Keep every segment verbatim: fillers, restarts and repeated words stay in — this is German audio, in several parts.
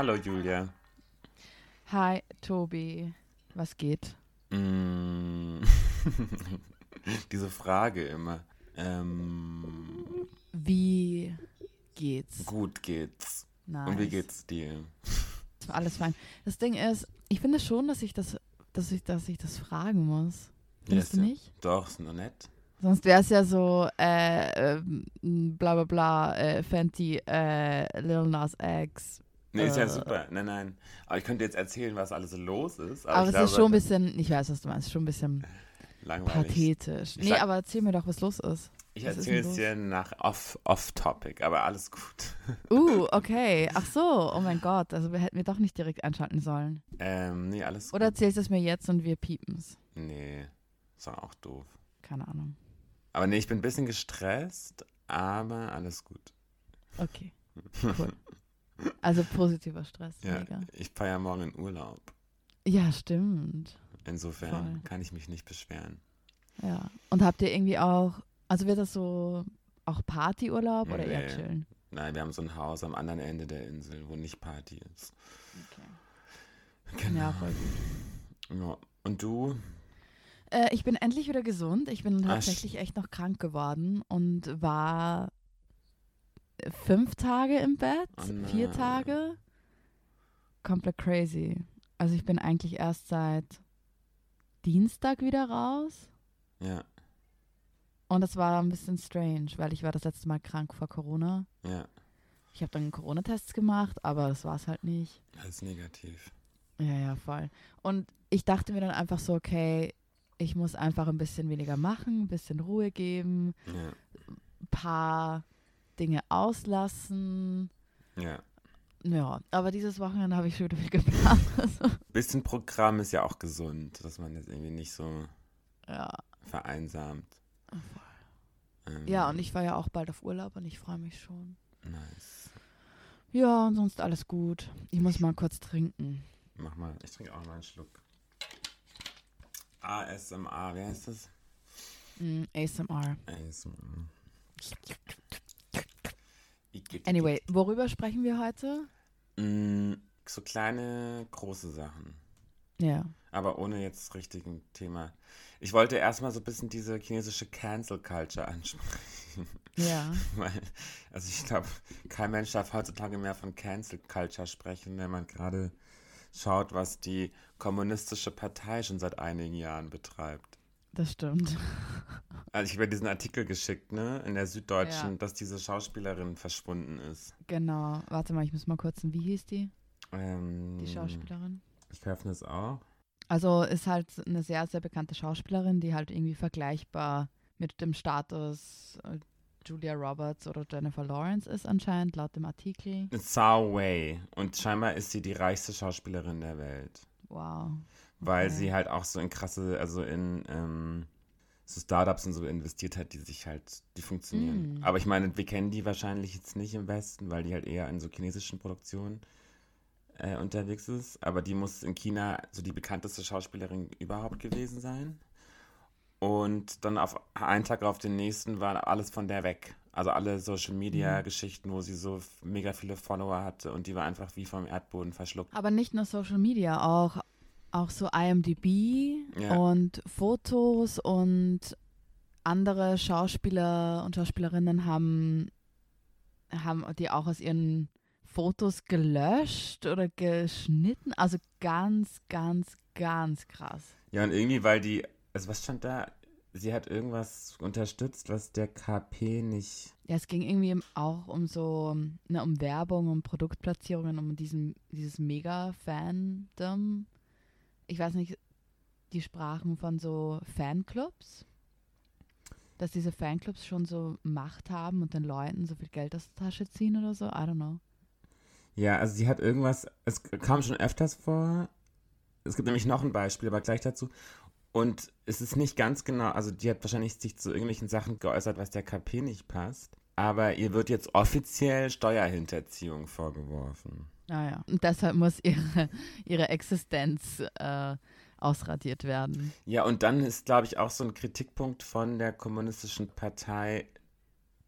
Hallo Julia. Hi Tobi, was geht? Mm. Diese Frage immer. Ähm, Wie geht's? gut geht's. Nice. Und wie geht's dir? Alles fein. Das Ding ist, ich finde schon, dass ich das, dass ich, dass ich das fragen muss. Findest Yes, du ja. nicht? Doch, ist noch nett. Sonst wäre es ja so, äh, äh, bla bla bla, äh, Fenty, äh, Lil Nas X. Nee, ist ja äh, super. Nein, nein. Aber ich könnte jetzt erzählen, was alles so los ist. Aber, Aber ich es glaube, ist schon ein das bisschen, ich weiß, was du meinst, schon ein bisschen langweilig. pathetisch. Ich Nee, sag- aber erzähl mir doch, was los ist. Ich Was ist erzähle denn es los? dir nach off, off-topic, aber alles gut. Uh, okay. Ach so, oh mein Gott. Also wir hätten wir doch nicht direkt einschalten sollen. Ähm, nee, alles Oder gut. erzählst du es mir jetzt und wir piepen's? Nee, ist doch auch doof. Keine Ahnung. Aber nee, ich bin ein bisschen gestresst, aber alles gut. Okay, cool. Also positiver Stress, Ja, mega. ich fahre ja morgen in Urlaub. Ja, stimmt. Insofern Voll. kann ich mich nicht beschweren. Ja. Und habt ihr irgendwie auch, also wird das so auch Partyurlaub oder eher Nee. chillen? Nein, wir haben so ein Haus am anderen Ende der Insel, wo nicht Party ist. Okay. Genau. Ja, voll gut. Ja. Und du? Äh, ich bin endlich wieder gesund. Ich bin Ach, tatsächlich echt noch krank geworden und war fünf Tage im Bett, Oh vier nein. Tage. Komplett crazy. Also ich bin eigentlich erst seit Dienstag wieder raus. Ja, Und das war ein bisschen strange, weil ich war das letzte Mal krank vor Corona. ja, Ich habe dann Corona-Tests gemacht, aber das war es halt nicht. alles negativ. Ja, ja, voll. Und ich dachte mir dann einfach so, okay, ich muss einfach ein bisschen weniger machen, ein bisschen Ruhe geben, Ja, ein paar Dinge auslassen. ja. Ja, aber dieses Wochenende habe ich schon wieder viel geplant. Also, Bisschen Programm ist ja auch gesund, dass man jetzt irgendwie nicht so ja. vereinsamt. Ähm, ja, und ich war ja auch bald auf Urlaub und ich freue mich schon. Nice. Ja, und sonst alles gut. Ich muss mal kurz trinken. Mach mal, ich trinke auch mal einen Schluck. A S M R, wie heißt das? Mm, A S M R. A S M R. Igitt, Anyway, worüber sprechen wir heute? Mm, so kleine, große Sachen. Ja. Aber ohne jetzt richtigen Thema. Ich wollte erstmal so ein bisschen diese chinesische Cancel Culture ansprechen. Ja. Weil, also ich glaube, kein Mensch darf heutzutage mehr von Cancel Culture sprechen, wenn man gerade schaut, was die kommunistische Partei schon seit einigen Jahren betreibt. Das stimmt. Also ich habe diesen Artikel geschickt, ne, in der Süddeutschen, Ja. dass diese Schauspielerin verschwunden ist. Genau. Warte mal, ich muss mal kurz, wie hieß die? Ähm, Die Schauspielerin. Ich öffne es auch. Also ist halt eine sehr, sehr bekannte Schauspielerin, die halt irgendwie vergleichbar mit dem Status äh, Julia Roberts oder Jennifer Lawrence ist anscheinend, laut dem Artikel. Zhao Wei. Und scheinbar ist sie die reichste Schauspielerin der Welt. Wow. Weil Okay. sie halt auch so in krasse, also in ähm, so Startups und so investiert hat, die sich halt, die funktionieren. Mm. Aber ich meine, wir kennen die wahrscheinlich jetzt nicht im Westen, weil die halt eher in so chinesischen Produktionen äh, unterwegs ist. Aber die muss in China so die bekannteste Schauspielerin überhaupt gewesen sein. Und dann auf einen Tag auf den nächsten war alles von der weg. Also alle Social Media Geschichten, wo sie so f- mega viele Follower hatte und die war einfach wie vom Erdboden verschluckt. Aber nicht nur Social Media, auch, auch so I M D B Ja. und Fotos und andere Schauspieler und Schauspielerinnen haben, haben die auch aus ihren Fotos gelöscht oder geschnitten. Also ganz, ganz, ganz krass. Ja, und irgendwie, weil die, also was stand da? Sie hat irgendwas unterstützt, was der K P nicht. Ja, es ging irgendwie auch um so, ne, um Werbung, um Produktplatzierungen, um diesen, dieses Mega-Fandom. Ich weiß nicht, die sprachen von so Fanclubs, dass diese Fanclubs schon so Macht haben und den Leuten so viel Geld aus der Tasche ziehen oder so. I don't know. Ja, also sie hat irgendwas, es kam schon öfters vor. Es gibt nämlich noch ein Beispiel, aber gleich dazu. Und es ist nicht ganz genau, also die hat wahrscheinlich sich zu irgendwelchen Sachen geäußert, was der K P nicht passt. Aber ihr wird jetzt offiziell Steuerhinterziehung vorgeworfen. Naja, und deshalb muss ihre, ihre Existenz äh, ausradiert werden. Ja, und dann ist, glaube ich, auch so ein Kritikpunkt von der kommunistischen Partei,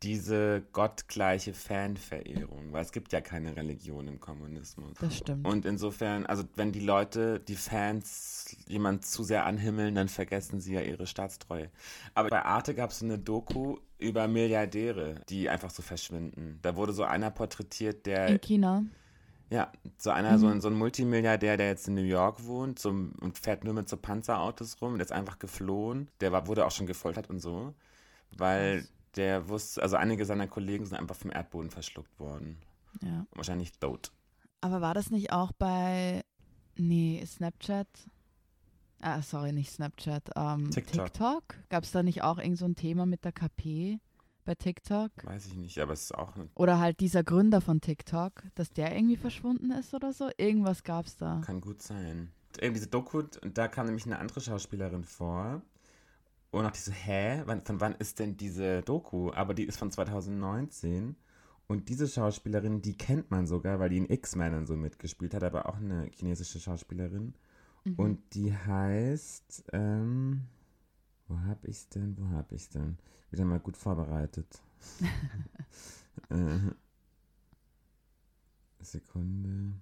diese gottgleiche Fanverehrung, weil es gibt ja keine Religion im Kommunismus. Das stimmt. Und insofern, also wenn die Leute, die Fans, jemand zu sehr anhimmeln, dann vergessen sie ja ihre Staatstreue. Aber bei Arte gab es so eine Doku über Milliardäre, die einfach so verschwinden. Da wurde so einer porträtiert, der... In China? Ja, so einer, Mhm. so, ein, so ein Multimilliardär, der jetzt in New York wohnt so, und fährt nur mit so Panzerautos rum, der ist einfach geflohen. Der war, wurde auch schon gefoltert und so, weil Krass. der wusste, also einige seiner Kollegen sind einfach vom Erdboden verschluckt worden. Ja. Wahrscheinlich tot. Aber war das nicht auch bei, nee, Snapchat? Ah, sorry, nicht Snapchat. Ähm, TikTok. TikTok? Gab es da nicht auch irgend so ein Thema mit der K P bei TikTok? Weiß ich nicht, aber es ist auch eine, Oder halt dieser Gründer von TikTok, dass der irgendwie verschwunden ist oder so? Irgendwas gab es da. kann gut sein. Eben diese Doku, da kam nämlich eine andere Schauspielerin vor. Und auch die so, hä, wann, von wann ist denn diese Doku? Aber die ist von zwanzig neunzehn. Und diese Schauspielerin, die kennt man sogar, weil die in X-Men und so mitgespielt hat, aber auch eine chinesische Schauspielerin. Mhm. Und die heißt, ähm, wo hab ich's denn, wo hab ich's denn? Wieder mal gut vorbereitet. äh, Sekunde.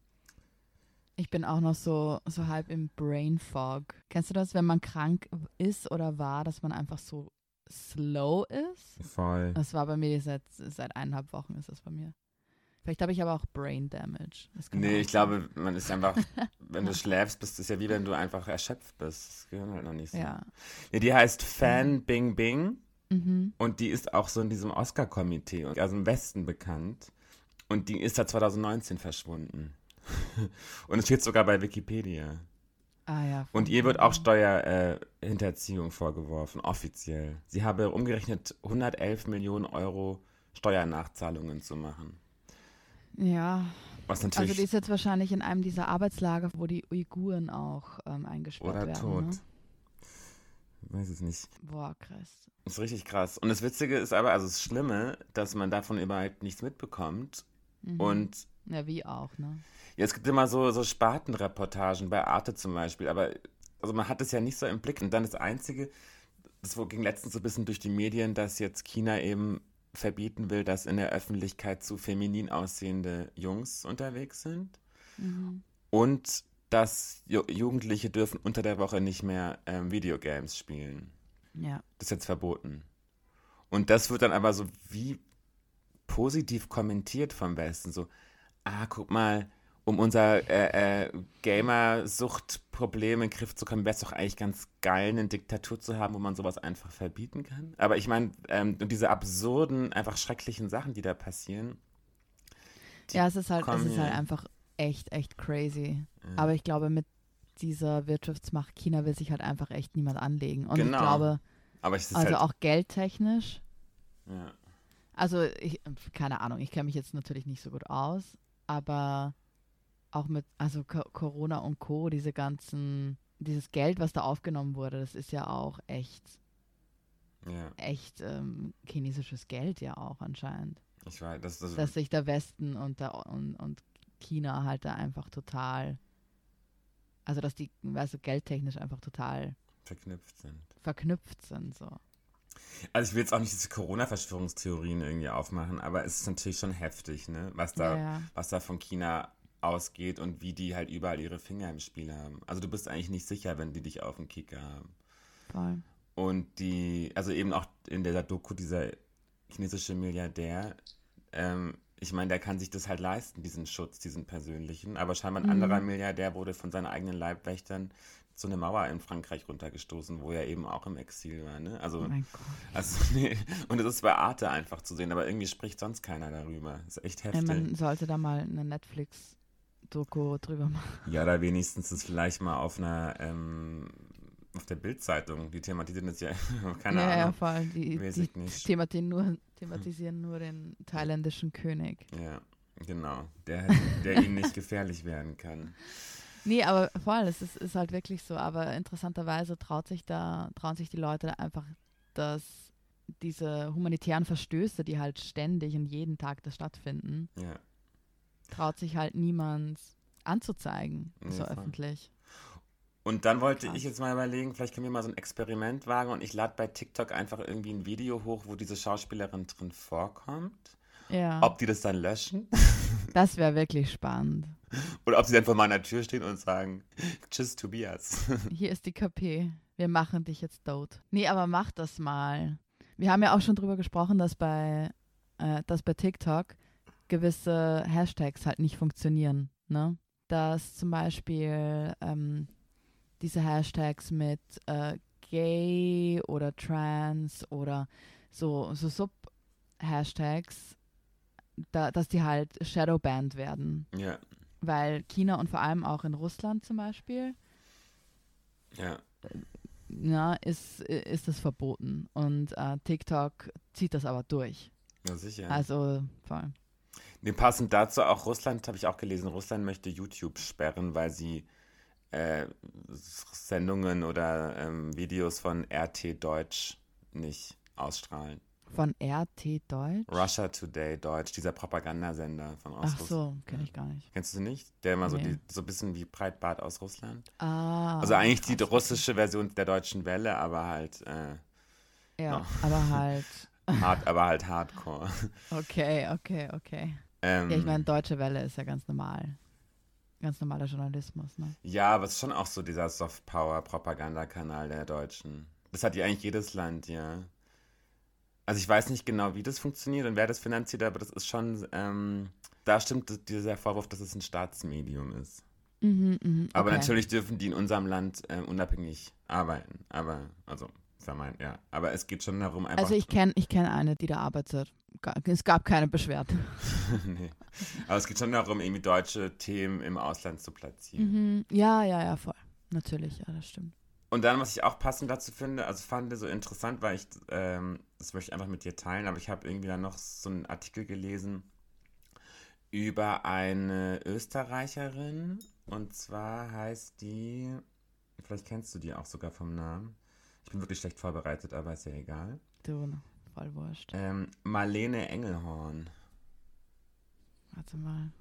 Ich bin auch noch so, so halb im Brain Fog. Kennst du das, wenn man krank ist oder war, dass man einfach so slow ist? Voll. Das war bei mir seit, seit eineinhalb Wochen ist das bei mir. Vielleicht habe ich aber auch Brain Damage. Das kann Nee, auch ich sein. glaube, man ist einfach, wenn du schläfst, bist es ja wie wenn du einfach erschöpft bist. Das gehört halt noch nicht so. Ja. Nee, die heißt Fan Bing Bing. Mhm. Und die ist auch so in diesem Oscar-Komitee, also im Westen bekannt. Und die ist da zwanzig neunzehn verschwunden. Und es steht sogar bei Wikipedia. Ah ja. Und ihr wird auch Steuerhinterziehung äh, vorgeworfen, offiziell. Sie habe umgerechnet hundertelf Millionen Euro Steuernachzahlungen zu machen. Ja. Was Also natürlich... die ist jetzt wahrscheinlich in einem dieser Arbeitslager, wo die Uiguren auch ähm, eingesperrt oder werden. tot. Ne? Ich weiß es nicht. Boah, krass. Das ist richtig krass. Und das Witzige ist aber, also das Schlimme, dass man davon überhaupt nichts mitbekommt. Mhm. Und ja, wie auch, ne? ja, es gibt immer so, so Spartenreportagen bei Arte zum Beispiel, aber also man hat es ja nicht so im Blick. Und dann das Einzige, das ging letztens so ein bisschen durch die Medien, dass jetzt China eben verbieten will, dass in der Öffentlichkeit zu feminin aussehende Jungs unterwegs sind. Mhm. Und dass Ju- Jugendliche dürfen unter der Woche nicht mehr ähm, Videogames spielen. Ja. Das ist jetzt verboten. Und das wird dann aber so wie positiv kommentiert vom Westen. So, ah, guck mal, um unser äh, äh, Gamer-Sucht-Problem in den Griff zu kommen, wäre es doch eigentlich ganz geil, eine Diktatur zu haben, wo man sowas einfach verbieten kann. Aber ich meine, ähm, und diese absurden, einfach schrecklichen Sachen, die da passieren. die Ja, es ist halt, es kommen ist halt hier- einfach echt, echt crazy. Ja. Aber ich glaube, mit dieser Wirtschaftsmacht China will sich halt einfach echt niemand anlegen. Und Genau. ich glaube, Aber es ist also halt, auch geldtechnisch, ja. also ich, keine Ahnung, ich kenne mich jetzt natürlich nicht so gut aus, aber auch mit, also Co- Corona und Co., diese ganzen, dieses Geld, was da aufgenommen wurde, das ist ja auch echt, Ja, echt ähm, chinesisches Geld ja auch anscheinend. ich weiß, das, das, Dass sich der Westen und, der, und, und China halt da einfach total, also dass die, weißt du, geldtechnisch einfach total verknüpft sind. verknüpft sind, so. Also ich will jetzt auch nicht diese Corona-Verschwörungstheorien irgendwie aufmachen, aber es ist natürlich schon heftig, ne? Was da, Ja, ja. was da von China ausgeht und wie die halt überall ihre Finger im Spiel haben. Also du bist eigentlich nicht sicher, wenn die dich auf dem Kicker haben. Voll. Und die, also eben auch in der Doku dieser chinesische Milliardär, ähm, ich meine, der kann sich das halt leisten, diesen Schutz, diesen persönlichen. Aber scheinbar ein Mhm. anderer Milliardär wurde von seinen eigenen Leibwächtern zu einer Mauer in Frankreich runtergestoßen, wo er eben auch im Exil war, ne? Also, Oh mein Gott. also nee. Und es ist bei Arte einfach zu sehen, aber irgendwie spricht sonst keiner darüber. Das ist echt Ja, heftig. man sollte da mal eine Netflix-Doku drüber machen. Ja, oder wenigstens es vielleicht mal auf einer, ähm, auf der Bild-Zeitung, die thematisieren das ja, keine ja, ja, Ahnung. voll. Die, Weiß die ich nicht. thematisieren nur, thematisieren nur den thailändischen König. Ja, genau. Der, der ihnen nicht gefährlich werden kann. Nee, aber voll, es ist, ist halt wirklich so. Aber interessanterweise traut sich da, trauen sich die Leute einfach, dass diese humanitären Verstöße, die halt ständig und jeden Tag da stattfinden, Ja. traut sich halt niemand anzuzeigen, Nee, so voll. öffentlich. Und dann wollte Krass. ich jetzt mal überlegen, vielleicht können wir mal so ein Experiment wagen und ich lade bei TikTok einfach irgendwie ein Video hoch, wo diese Schauspielerin drin vorkommt. Ja, Ob die das dann löschen das wäre wirklich spannend. oder ob sie dann vor meiner Tür stehen und sagen, tschüss Tobias. Hier ist die K P. Wir machen dich jetzt tot. Nee, aber mach das mal. Wir haben ja auch schon drüber gesprochen, dass bei, äh, dass bei TikTok gewisse Hashtags halt nicht funktionieren. Ne? Dass zum Beispiel ähm, diese Hashtags mit äh, gay oder trans oder so, so Sub-Hashtags, da, dass die halt shadowbanned werden. Ja, Weil China und vor allem auch in Russland zum Beispiel, ja. na, ist, ist das verboten. Und äh, TikTok zieht das aber durch. Ja, sicher. Also voll. Nee, passend dazu auch Russland, habe ich auch gelesen, Russland möchte YouTube sperren, weil sie äh, Sendungen oder ähm, Videos von R T Deutsch nicht ausstrahlen. Von R T Deutsch? Russia Today Deutsch, dieser Propagandasender von Ach Russland. so, kenne ich gar nicht. Kennst du nicht? Der immer so, Nee. die, so ein bisschen wie Breitbart aus Russland. Ah. Also eigentlich die krass, russische Version der Deutschen Welle, aber halt äh, Ja, no. aber halt. hart, aber halt Hardcore. Okay, okay, okay. Ähm, Ja, ich meine, Deutsche Welle ist ja ganz normal. Ganz normaler Journalismus, ne? ja, aber es ist schon auch so dieser Soft-Power-Propagandakanal der Deutschen. Das hat ja eigentlich jedes Land, ja. Also ich weiß nicht genau, wie das funktioniert und wer das finanziert, aber das ist schon, ähm, da stimmt dieser Vorwurf, dass es ein Staatsmedium ist. Mhm, mhm, Aber okay. natürlich dürfen die in unserem Land ähm, unabhängig arbeiten. Aber, also, vermeint, ja. Aber es geht schon darum, einfach. Also ich kenne ich kenn eine, die da arbeitet. Ga- Es gab keine Beschwerden. nee. Aber es geht schon darum, irgendwie deutsche Themen im Ausland zu platzieren. Mhm. Ja, ja, ja, voll. Natürlich, ja, das stimmt. Und dann, was ich auch passend dazu finde, also fand so interessant, weil ich, ähm, das möchte ich einfach mit dir teilen, aber ich habe irgendwie dann noch so einen Artikel gelesen über eine Österreicherin. Und zwar heißt die, vielleicht kennst du die auch sogar vom Namen. Ich bin wirklich schlecht vorbereitet, aber ist ja egal. Du, voll wurscht. Ähm, Marlene Engelhorn. Warte mal.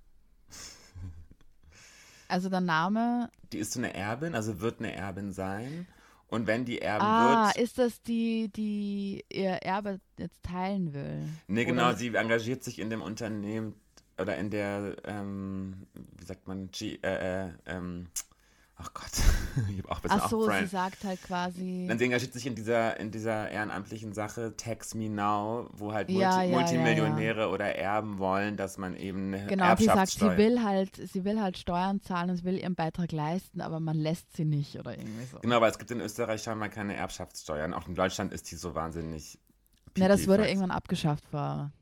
Also der Name. Die ist so eine Erbin, also wird eine Erbin sein. Und wenn die Erbin Ah, wird. ist das die, die ihr Erbe jetzt teilen will? Nee, genau, Oder- sie engagiert sich in dem Unternehmen oder in der, ähm, wie sagt man, G, äh, äh, ähm, ach Gott, ich habe auch ein bisschen Ach so, auch sie Brian. sagt halt quasi. Dann sie engagiert sich in dieser, in dieser ehrenamtlichen Sache Tax Me Now, wo halt Multi Ja, ja, Multimillionäre oder Erben wollen, dass man eben eine Genau, die sagt, Erbschaftssteuer. sie will halt, sie will halt Steuern zahlen und sie will ihren Beitrag leisten, aber man lässt sie nicht oder irgendwie so. Genau, weil es gibt in Österreich scheinbar keine Erbschaftssteuern. Auch in Deutschland ist die so wahnsinnig. Ne, das wurde pipifax. irgendwann abgeschafft vor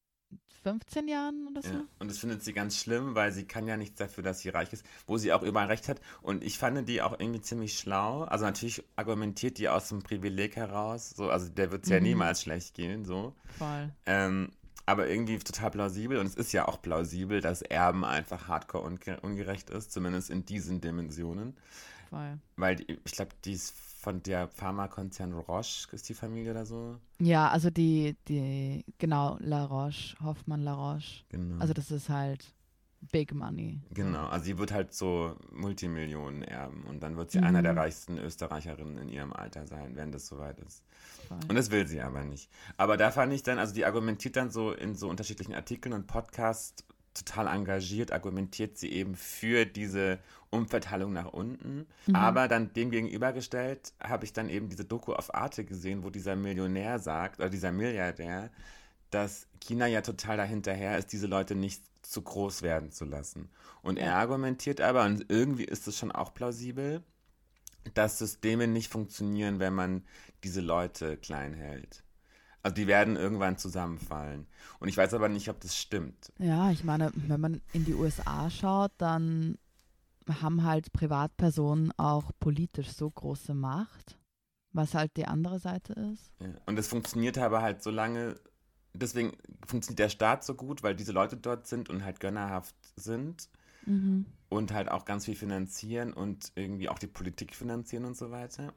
fünfzehn Jahren oder so. Ja. Und das findet sie ganz schlimm, weil sie kann ja nichts dafür, dass sie reich ist, wo sie auch überall recht hat. Und ich fand die auch irgendwie ziemlich schlau. Also natürlich argumentiert die aus dem Privileg heraus. So, also der wird es ja Mhm. niemals schlecht gehen. So. Voll. Ähm, aber irgendwie total plausibel. Und es ist ja auch plausibel, dass Erben einfach hardcore unge ungerecht ist. Zumindest in diesen Dimensionen. Voll. Weil die, ich glaube, die ist von der Pharmakonzern Roche, ist die Familie oder so. Ja, also die, die, genau, La Roche, Hoffmann La Roche. Genau. Also das ist halt Big Money. Genau, also sie wird halt so Multimillionen erben und dann wird sie Mhm. einer der reichsten Österreicherinnen in ihrem Alter sein, wenn das soweit ist. Voll. Und das will sie aber nicht. Aber da fand ich dann, also die argumentiert dann so in so unterschiedlichen Artikeln und Podcasts total engagiert, argumentiert sie eben für diese Umverteilung nach unten. Mhm. Aber dann dem gegenübergestellt habe ich dann eben diese Doku auf Arte gesehen, wo dieser Millionär sagt, oder dieser Milliardär, dass China ja total dahinterher ist, diese Leute nicht zu groß werden zu lassen. Und er argumentiert aber, und irgendwie ist es schon auch plausibel, dass Systeme nicht funktionieren, wenn man diese Leute klein hält. Also die werden irgendwann zusammenfallen. Und ich weiß aber nicht, ob das stimmt. Ja, ich meine, wenn man in die U S A schaut, dann haben halt Privatpersonen auch politisch so große Macht, was halt die andere Seite ist. Ja. Und es funktioniert aber halt so lange, deswegen funktioniert der Staat so gut, weil diese Leute dort sind und halt gönnerhaft sind Mhm. und halt auch ganz viel finanzieren und irgendwie auch die Politik finanzieren und so weiter.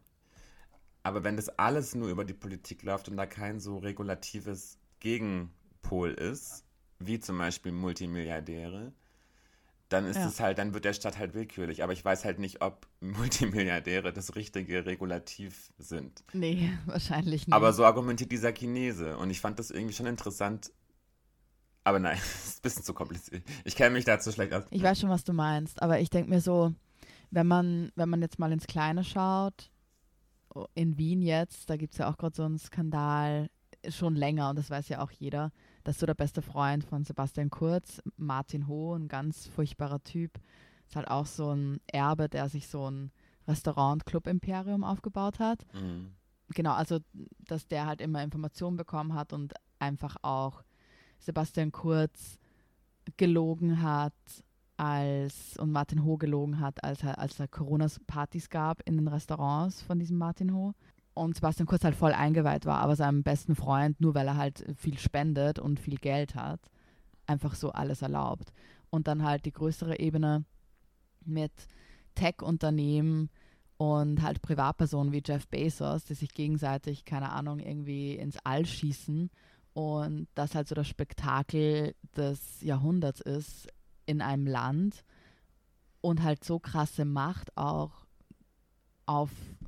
Aber wenn das alles nur über die Politik läuft und da kein so regulatives Gegenpol ist, wie zum Beispiel Multimilliardäre, dann ist Ja. es halt, dann wird der Staat halt willkürlich. Aber ich weiß halt nicht, ob Multimilliardäre das richtige Regulativ sind. Nee, wahrscheinlich nicht. Aber so argumentiert dieser Chinese. Und ich fand das irgendwie schon interessant. Aber nein, das ist ein bisschen zu kompliziert. Ich kenne mich dazu schlecht aus. Ich weiß schon, was du meinst, aber ich denke mir so, wenn man, wenn man jetzt mal ins Kleine schaut, in Wien jetzt, da gibt es ja auch gerade so einen Skandal, schon länger, und das weiß ja auch jeder, dass so der beste Freund von Sebastian Kurz, Martin Ho, ein ganz furchtbarer Typ, ist halt auch so ein Erbe, der sich so ein Restaurant-Club-Imperium aufgebaut hat. Mhm. Genau, also dass der halt immer Informationen bekommen hat und einfach auch Sebastian Kurz gelogen hat, als und Martin Ho gelogen hat, als er, als er Corona-Partys gab in den Restaurants von diesem Martin Ho. Und Sebastian Kurz halt voll eingeweiht war, aber seinem besten Freund, nur weil er halt viel spendet und viel Geld hat, einfach so alles erlaubt. Und dann halt die größere Ebene mit Tech-Unternehmen und halt Privatpersonen wie Jeff Bezos, die sich gegenseitig, keine Ahnung, irgendwie ins All schießen und das halt so das Spektakel des Jahrhunderts ist in einem Land und halt so krasse Macht auch auf,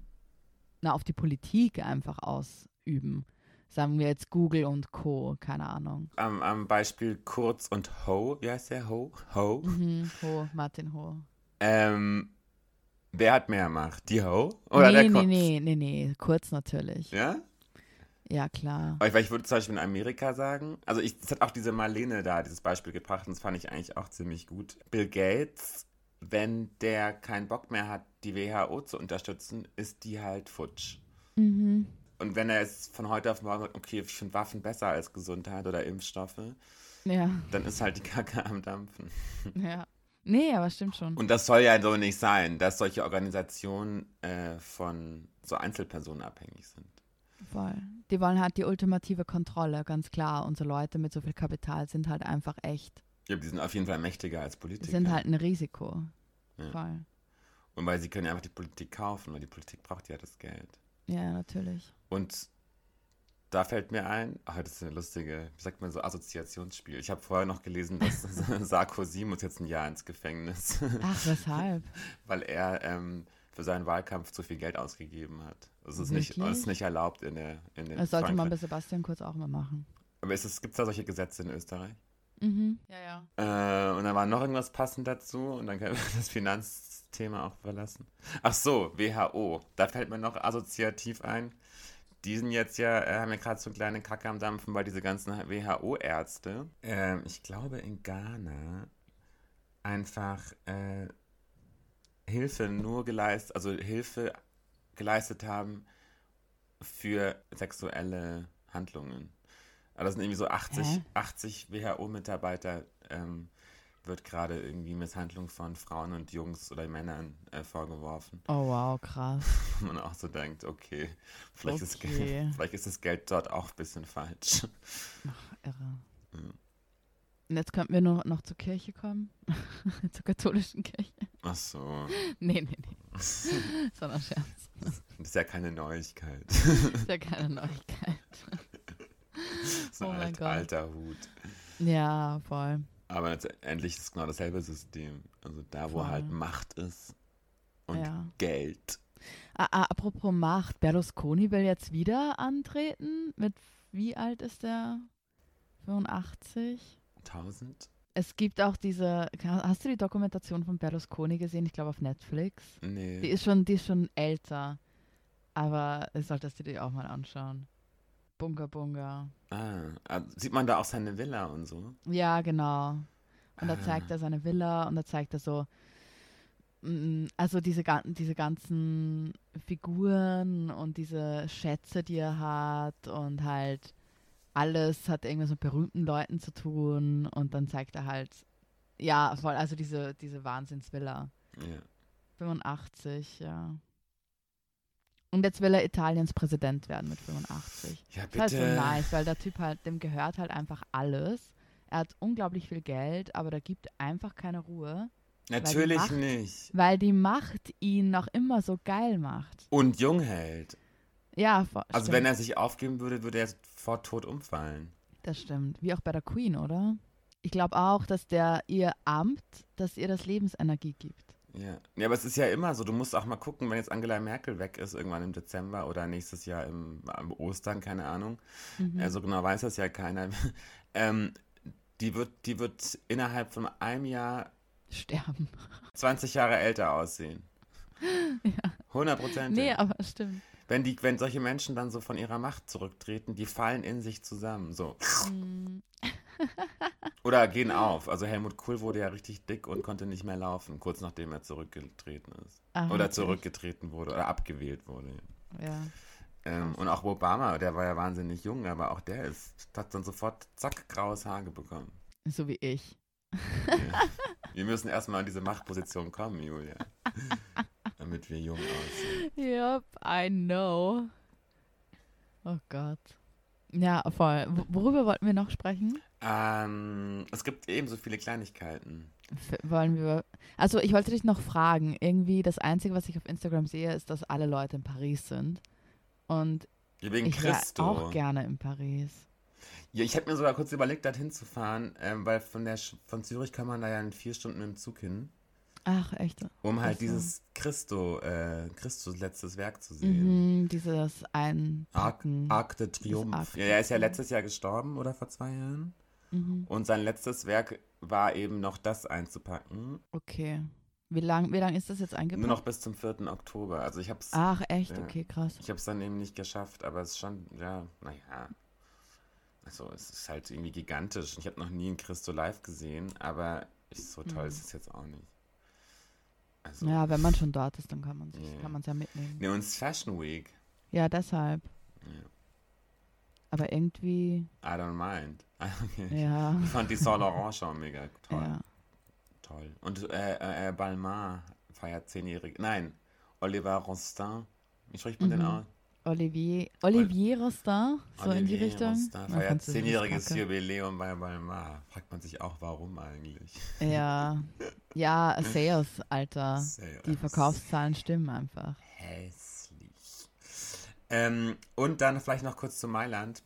na, auf die Politik einfach ausüben. Sagen wir jetzt Google und Co., keine Ahnung. Am, am Beispiel Kurz und Ho, wie heißt der? Ho? Ho? Mhm, Ho, Martin Ho. Ähm, wer hat mehr Macht? Die Ho? Oder nee, der nee, Kurz? nee, nee, nee, Kurz natürlich. Ja? Ja, klar. Weil ich würde zum Beispiel in Amerika sagen, also ich, es hat auch diese Marlene da dieses Beispiel gebracht und das fand ich eigentlich auch ziemlich gut. Bill Gates, wenn der keinen Bock mehr hat, die W H O zu unterstützen, ist die halt futsch. Mhm. Und wenn er jetzt von heute auf morgen sagt, okay, ich finde Waffen besser als Gesundheit oder Impfstoffe, Ja, dann ist halt die Kacke am Dampfen. ja. Nee, aber stimmt schon. Und das soll ja so nicht sein, dass solche Organisationen äh, von so Einzelpersonen abhängig sind. Voll. Die wollen halt die ultimative Kontrolle, ganz klar. Und so Leute mit so viel Kapital sind halt einfach echt, Ja, die sind auf jeden Fall mächtiger als Politiker. sind halt ein Risiko. Ja. Voll. Und weil sie können ja einfach die Politik kaufen, weil die Politik braucht ja das Geld. Ja, natürlich. Und da fällt mir ein, ach, das ist eine lustige, wie sagt man so, Assoziationsspiel. Ich habe vorher noch gelesen, dass Sarkozy muss jetzt ein Jahr ins Gefängnis, Ach, weshalb? weil er ähm, für seinen Wahlkampf zu viel Geld ausgegeben hat. Das ist nicht, Wirklich? das ist nicht erlaubt in der in den Das sollte man bei Frankreich. Sebastian Kurz auch mal machen. Aber gibt es da solche Gesetze in Österreich? Mhm. Ja, ja. Äh, und dann war noch irgendwas passend dazu und dann können wir das Finanzthema auch verlassen. Ach so, W H O. Da fällt mir noch assoziativ ein. Die sind jetzt ja, äh, haben ja gerade so eine kleine Kacke am Dampfen, weil diese ganzen W H O-Ärzte, ähm, ich glaube in Ghana, einfach äh, Hilfe nur geleistet, also Hilfe geleistet haben für sexuelle Handlungen. Aber das sind irgendwie so achtzig, Hä? achtzig W H O-Mitarbeiter, ähm, wird gerade irgendwie Misshandlung von Frauen und Jungs oder Männern äh, vorgeworfen. Oh, wow, krass. Wo man auch so denkt, okay, vielleicht, Ist, Okay. Geld, vielleicht ist das Geld dort auch ein bisschen falsch. Irre. Ja. Und jetzt könnten wir nur noch zur Kirche kommen. Zur katholischen Kirche. Ach so, Nee, nee, nee. Sondern Scherz. das ist ja keine Neuigkeit. Ist ja keine Neuigkeit. So Oh ein mein alt, Gott. alter Hut. Ja, voll. Aber letztendlich ist es genau dasselbe System. Also da, wo Voll. halt Macht ist und Ja. Geld. Ah, ah, apropos Macht, Berlusconi will jetzt wieder antreten. Mit wie alt ist der? fünfundachtzig? Tausend? Es gibt auch diese, hast du die Dokumentation von Berlusconi gesehen? Ich glaube auf Netflix. Nee. Die ist schon, die ist schon älter. Aber das solltest du dir auch mal anschauen. Bunga Bunga. Ah, also sieht man da auch seine Villa und so? Ja, genau. Und da Ah. zeigt er seine Villa und da zeigt er so, mm, also diese, gan- diese ganzen Figuren und diese Schätze, die er hat und halt alles hat irgendwie so mit berühmten Leuten zu tun und dann zeigt er halt, ja, voll, also diese, diese Wahnsinnsvilla. Ja. fünfundachtzig, ja. Und jetzt will er Italiens Präsident werden mit fünfundachtzig. Ja, Das ist halt so bitte. nice, weil der Typ halt, dem gehört halt einfach alles. Er hat unglaublich viel Geld, aber da gibt einfach keine Ruhe, Natürlich Macht- nicht. weil die Macht ihn noch immer so geil macht. Und jung hält. Ja, vo- Also stimmt. wenn er sich aufgeben würde, würde er sofort tot umfallen. Das stimmt. Wie auch bei der Queen, oder? Ich glaube auch, dass der ihr Amt, dass ihr das Lebensenergie gibt. Ja. Ja, aber es ist ja immer so, du musst auch mal gucken, wenn jetzt Angela Merkel weg ist, irgendwann im Dezember oder nächstes Jahr im, am Ostern, keine Ahnung. Äh, Mhm. so genau weiß das ja keiner. ähm, die wird, die wird innerhalb von einem Jahr Sterben. zwanzig Jahre älter aussehen. Ja. Nee, Hundertprozentig. aber stimmt. Wenn die, wenn solche Menschen dann so von ihrer Macht zurücktreten, die fallen in sich zusammen. So. Mm, Oder gehen auf. Also Helmut Kohl wurde ja richtig dick und konnte nicht mehr laufen, kurz nachdem er zurückgetreten ist. ach, Oder wirklich. zurückgetreten wurde oder abgewählt wurde. Ja, Ähm, krass. und auch Obama, der war ja wahnsinnig jung, aber auch der ist, hat dann sofort zack, graues Haar bekommen. So wie ich. Ja. Wir müssen erstmal in diese Machtposition kommen, Julia. Damit wir jung aussehen. Yep, I know. Oh Gott. Ja, voll. W- Worüber wollten wir noch sprechen? Ähm, es gibt ebenso viele Kleinigkeiten. F wollen wir. Also, ich wollte dich noch fragen. Irgendwie das Einzige, was ich auf Instagram sehe, ist, dass alle Leute in Paris sind. Und Ja, wegen ich wäre auch Christo. gerne in Paris. Ja, ich hätte mir sogar kurz überlegt, dorthin zu fahren, ähm, weil von, der, Sch- von Zürich kann man da ja in vier Stunden mit dem Zug hin, Ach, echt? um Ach halt so. dieses Christo, äh, Christus letztes Werk zu sehen. Mhm, dieses Arc, Einpacken. Arc de Dieses Triomphe. Arc Ja, de er ist ja Triomphe. letztes Jahr gestorben oder vor zwei Jahren. Mhm. Und sein letztes Werk war eben noch das einzupacken. Okay. Wie lang, wie lang ist das jetzt Nur eingepackt? noch bis zum vierten Oktober. Also ich habe es Ach, echt? ja, Okay, krass. ich habe es dann eben nicht geschafft, aber es ist schon, ja, naja. Also es ist halt irgendwie gigantisch. Ich habe noch nie ein Christo live gesehen, aber ist so toll ist Mhm. es jetzt auch nicht. Also, Ja, wenn man schon dort ist, dann kann man sich, ja. kann man es ja mitnehmen. Ne, und es ist Fashion Week. Ja, deshalb. Ja. Aber irgendwie, I don't mind. Okay. ja, Ich fand die Saint Laurent schon mega toll. ja. Toll. Und äh, äh, Balmain feiert zehnjährig. Nein, Oliver Rostand. Wie spricht man den Mhm. aus? Olivier, Olivier Rostin, so in die Olivier Richtung. Rostand Mein feiert Französisch ist zehnjähriges kacke. Jubiläum bei Balmain. Fragt man sich auch, warum eigentlich? Ja, ja, Sales, Alter. Sehr Die Verkaufszahlen stimmen einfach. hässlich. Ähm, und dann vielleicht noch kurz zu Mailand.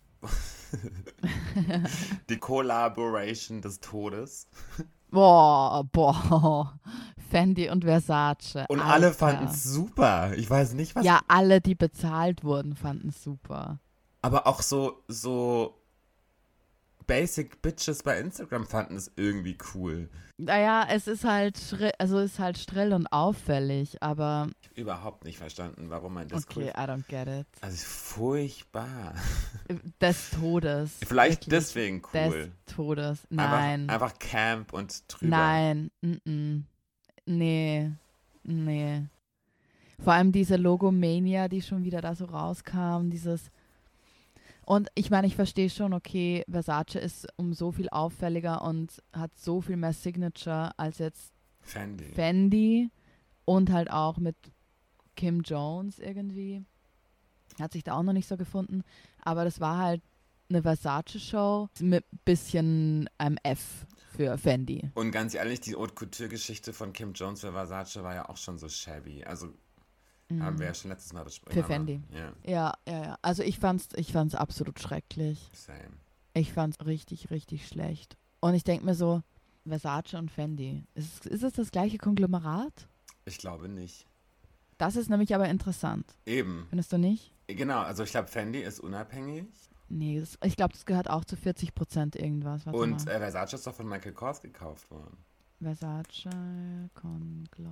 Die Collaboration des Todes. Boah, boah. Fendi und Versace. Und Alter. alle fanden es super. Ich weiß nicht, was. Ja, alle, die bezahlt wurden, fanden es super. Aber auch so, so Basic Bitches bei Instagram fanden es irgendwie cool. Naja, es ist halt schrill, also ist halt schrill und auffällig, aber Ich habe überhaupt nicht verstanden, warum man das okay, cool. I don't get it. Also furchtbar. Des Todes. Vielleicht wirklich. deswegen Des cool. Todes. Nein. Einfach, einfach Camp und drüber. Nein. Mm-mm. Nee. Nee. Vor allem diese Logomania, die schon wieder da so rauskam, dieses. Und ich meine, ich verstehe schon, okay, Versace ist um so viel auffälliger und hat so viel mehr Signature als jetzt Fendi. Fendi und halt auch mit Kim Jones irgendwie. Hat sich da auch noch nicht so gefunden. Aber das war halt eine Versace-Show mit bisschen einem F für Fendi. Und ganz ehrlich, die Haute Couture-Geschichte von Kim Jones für Versace war ja auch schon so shabby. Also Mhm. haben wir ja schon letztes Mal besprochen. Für aber- Fendi. Ja, Ja, ja, ja. Also ich fand's, ich fand's absolut schrecklich. same. Ich fand's richtig, richtig schlecht. Und ich denke mir so, Versace und Fendi, ist, ist es das gleiche Konglomerat? Ich glaube nicht. Das ist nämlich aber interessant. Eben. Findest du nicht? Genau, also ich glaube, Fendi ist unabhängig. Nee, das, ich glaube, das gehört auch zu vierzig Prozent irgendwas. Warte Und mal. äh, Versace ist doch von Michael Kors gekauft worden. Versace Conglomerate.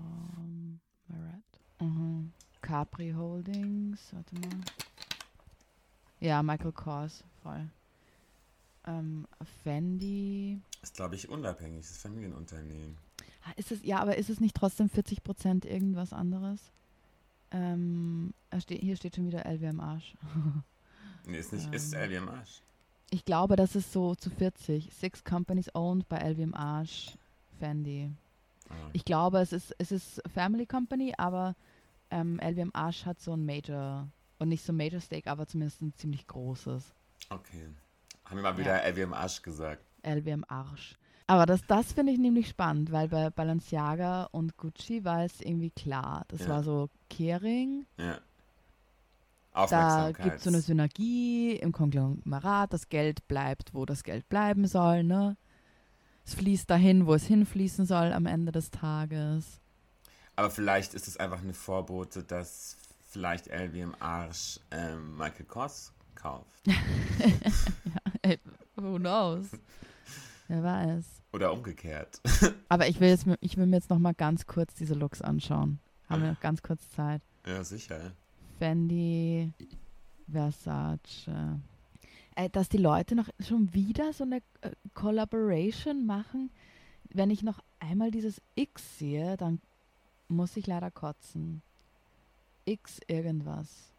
Mhm. Capri Holdings, warte mal. Ja, Michael Kors, voll. Ähm, Fendi. Ist, glaube ich, unabhängig. Das ist Familienunternehmen. Ah, Ist es, ja, aber ist es nicht trotzdem vierzig Prozent irgendwas anderes? Ähm, er steht, hier steht schon wieder L W M Arsch. Nee, ist nicht, ist Ähm. L V M Arsch. Ich glaube, das ist so zu vierzig. Six Companies owned by L W M Arsch, Fendi. Ah, Ich glaube, es ist, es ist Family Company, aber ähm, L W M Arsch hat so ein Major, und nicht so ein Major Stake, aber zumindest ein ziemlich großes. okay. Haben wir mal wieder L V M Arsch gesagt. L W M Arsch. Aber das, das finde ich nämlich spannend, weil bei Balenciaga und Gucci war es irgendwie klar. Das Ja. war so Kering. Ja. Da Aufmerksamkeit. gibt es so eine Synergie im Konglomerat. Das Geld bleibt, wo das Geld bleiben soll, ne? es fließt dahin, wo es hinfließen soll am Ende des Tages. Aber vielleicht ist es einfach eine Vorbote, dass vielleicht L V im Arsch ähm, Michael Kors kauft. Ja, ey, who knows? Wer weiß. Oder umgekehrt. Aber ich will, jetzt, ich will mir jetzt noch mal ganz kurz diese Looks anschauen. Haben wir noch ganz kurz Zeit. Ja, sicher. Fendi, Versace. Äh, dass die Leute noch schon wieder so eine äh, Collaboration machen. Wenn ich noch einmal dieses X sehe, dann muss ich leider kotzen. X irgendwas.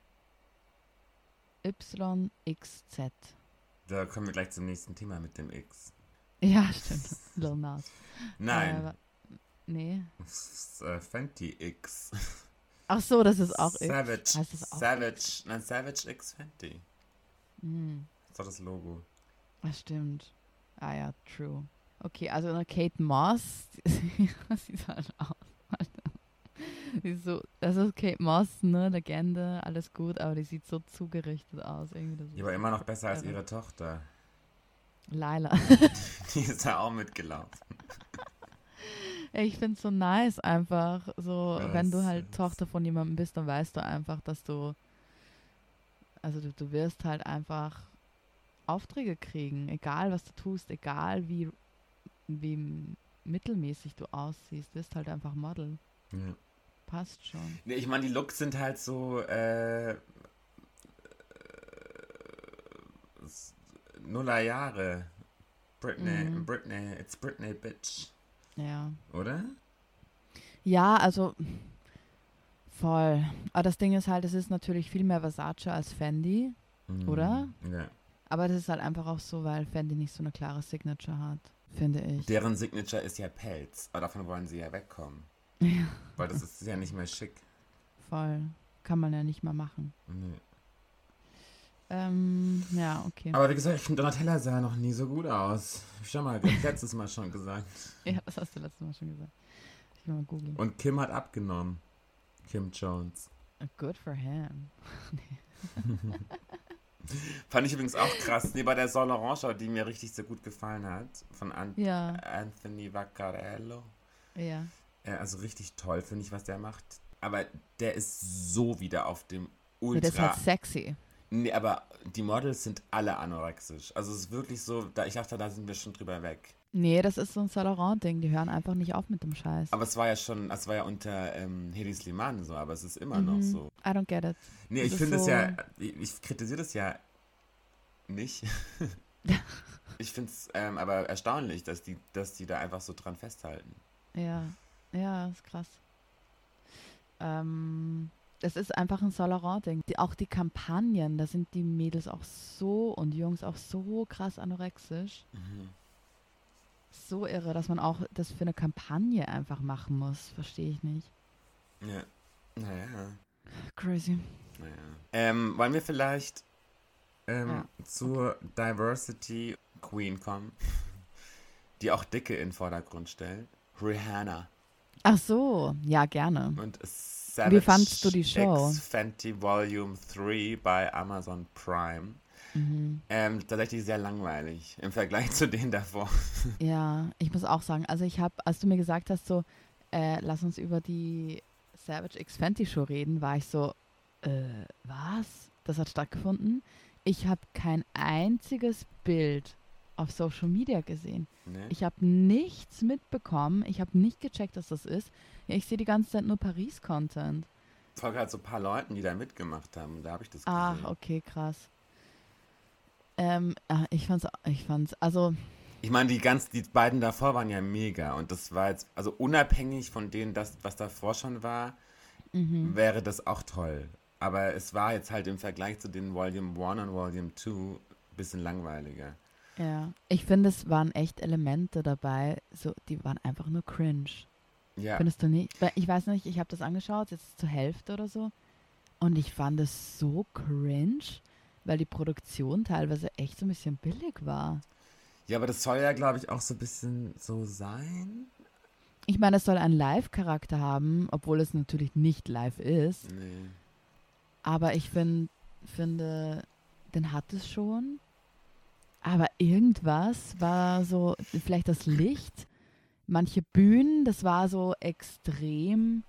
Y X Z. Da kommen wir gleich zum nächsten Thema mit dem X. Ja, stimmt. Lil Nas. Nein. Äh, nee. Das ist, äh, Fenty X. Ach so, das ist auch Savage. X. Heißt das auch Savage. X? Nein, Savage X Fenty. Hm. Das ist doch das Logo. Das stimmt. Ah ja, true. Okay, also eine Kate Moss, die sieht halt aus. Die ist so, das ist Kate Moss, ne, Legende, alles gut, aber die sieht so zugerichtet aus. Irgendwie das Die war immer noch besser als irre. ihre Tochter. Laila. Die ist da auch mitgelaufen. Ich finde es so nice einfach, so, Ja, wenn das du halt ist- Tochter von jemandem bist, dann weißt du einfach, dass du, also du, du wirst halt einfach Aufträge kriegen, egal was du tust, egal wie, wie mittelmäßig du aussiehst, wirst halt einfach Model. Ja. Passt schon. Nee, ich meine, die Looks sind halt so äh, äh, s- Nullerjahre. Britney, Mhm. Britney, it's Britney, bitch. Ja. Oder? Ja, also voll. Aber das Ding ist halt, es ist natürlich viel mehr Versace als Fendi, Mhm. Oder? Ja. aber das ist halt einfach auch so, weil Fendi nicht so eine klare Signature hat, finde ich. Deren Signature ist ja Pelz. Aber davon wollen sie ja wegkommen. Ja, Weil das ist ja nicht mehr schick. voll. Kann man ja nicht mal machen. Nee. Ähm, ja, okay. Aber wie gesagt, ich finde Donatella sah noch nie so gut aus. Hab ich schon mal letztes Mal schon gesagt. Ja, das hast du letztes Mal schon gesagt. Ich will mal googeln. Und Kim hat abgenommen. Kim Jones. Good for him. Fand ich übrigens auch krass. Nee, bei der Saint Laurent Show, die mir richtig sehr gut gefallen hat. Von An Ja, Anthony Vaccarello. ja. Ja, also richtig toll, finde ich, was der macht. Aber der ist so wieder auf dem Ja, Ultra... das ist halt sexy. Nee, aber die Models sind alle anorexisch. Also es ist wirklich so, da ich dachte, da sind wir schon drüber weg. Nee, das ist so ein Saint Laurent-Ding. Die hören einfach nicht auf mit dem Scheiß. Aber es war ja schon, es war ja unter ähm, Hedi Slimane so, aber es ist immer noch Mhm. so. I don't get it. Nee, Das ich ist finde es so- ja, ich, ich kritisiere das ja nicht. Ich finde es ähm, aber erstaunlich, dass die, dass die da einfach so dran festhalten. Ja, ja, ist krass. Ähm, das ist einfach ein Saint Laurent-Ding. Die, auch die Kampagnen, da sind die Mädels auch so und Jungs auch so krass anorexisch. Mhm. So irre, dass man auch das für eine Kampagne einfach machen muss. Verstehe ich nicht. Ja. Naja. Crazy. Naja. Ähm, wollen wir vielleicht ähm, Ja. zur Diversity Queen kommen, die auch Dicke in den Vordergrund stellt? Rihanna. Ach so, ja, gerne. Und Savage Wie fandst du die Show? X Fenty Volume drei bei Amazon Prime. Mhm. Ähm, tatsächlich sehr langweilig im Vergleich zu denen davor. Ja, ich muss auch sagen, also ich habe, als du mir gesagt hast, so, äh, lass uns über die Savage X Fenty Show reden, war ich so, äh, was? Das hat stattgefunden? Ich habe kein einziges Bild auf Social Media gesehen. Ne? Ich habe nichts mitbekommen. Ich habe nicht gecheckt, dass das ist. Ja, ich sehe die ganze Zeit nur Paris-Content. Ich folge halt so ein paar Leuten, die da mitgemacht haben. Da habe ich das gesehen. Ach, okay, krass. Ähm, ah, ich fand's, ich fand's, also, Ich meine, die ganz, die beiden davor waren ja mega. Und das war jetzt, also unabhängig von denen, das, was davor schon war, mhm. wäre das auch toll. Aber es war jetzt halt im Vergleich zu den Volume eins und Volume zwei ein bisschen langweiliger. Ja, ich finde, es waren echt Elemente dabei, so, die waren einfach nur cringe. Ja, Findest du nicht? Weil ich weiß nicht, ich habe das angeschaut, jetzt zur Hälfte oder so, und ich fand es so cringe, weil die Produktion teilweise echt so ein bisschen billig war. ja, aber das soll ja, glaube ich, auch so ein bisschen so sein. Ich meine, es soll einen Live-Charakter haben, obwohl es natürlich nicht live ist, Nee. aber ich find, finde, den hat es schon. aber irgendwas war so, vielleicht das Licht, manche Bühnen, das war so extrem,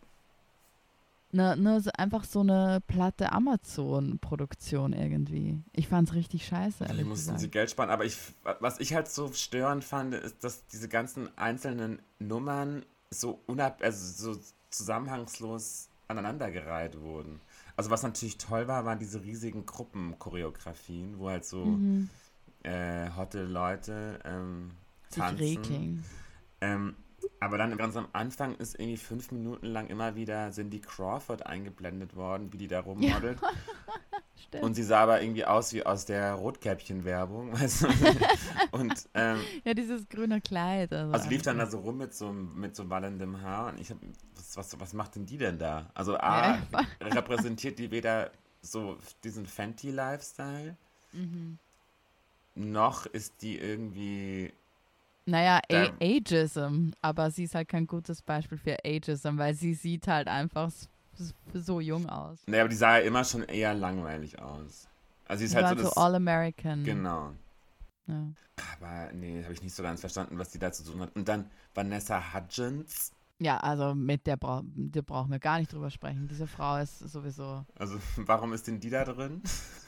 ne, ne, so einfach so eine platte Amazon-Produktion irgendwie. Ich fand's richtig scheiße, Die ehrlich mussten gesagt. sie Geld sparen, aber ich, was ich halt so störend fand, ist, dass diese ganzen einzelnen Nummern so unab, also so zusammenhangslos aneinandergereiht wurden. Also was natürlich toll war, waren diese riesigen Gruppenchoreografien, wo halt so Mhm. äh, hotte Leute ähm, Sich tanzen. regeln. Ähm, aber dann ganz am Anfang ist irgendwie fünf Minuten lang immer wieder Cindy Crawford eingeblendet worden, wie die da Ja, rummodelt. Und stimmt. sie sah aber irgendwie aus wie aus der Rotkäppchen-Werbung, weißt du? Und ähm, Ja, dieses grüne Kleid. Also also lief einfach dann so. da so rum mit so, mit so wallendem Haar und ich hab, was, was, was macht denn die denn da? Also Ja, A, repräsentiert die weder so diesen Fenty-Lifestyle, mhm. noch ist die irgendwie Naja, A da, Ageism, aber sie ist halt kein gutes Beispiel für Ageism, weil sie sieht halt einfach s- s- so jung aus. ne, aber die sah ja immer schon eher langweilig aus. Also sie ist Sie halt war so halt so das, All-American. genau. Ja. Aber nee, habe ich nicht so ganz verstanden, was die da zu tun hat. Und dann Vanessa Hudgens. Ja, also mit der, bra der brauchen wir gar nicht drüber sprechen. Diese Frau ist sowieso. Also warum ist denn die da drin?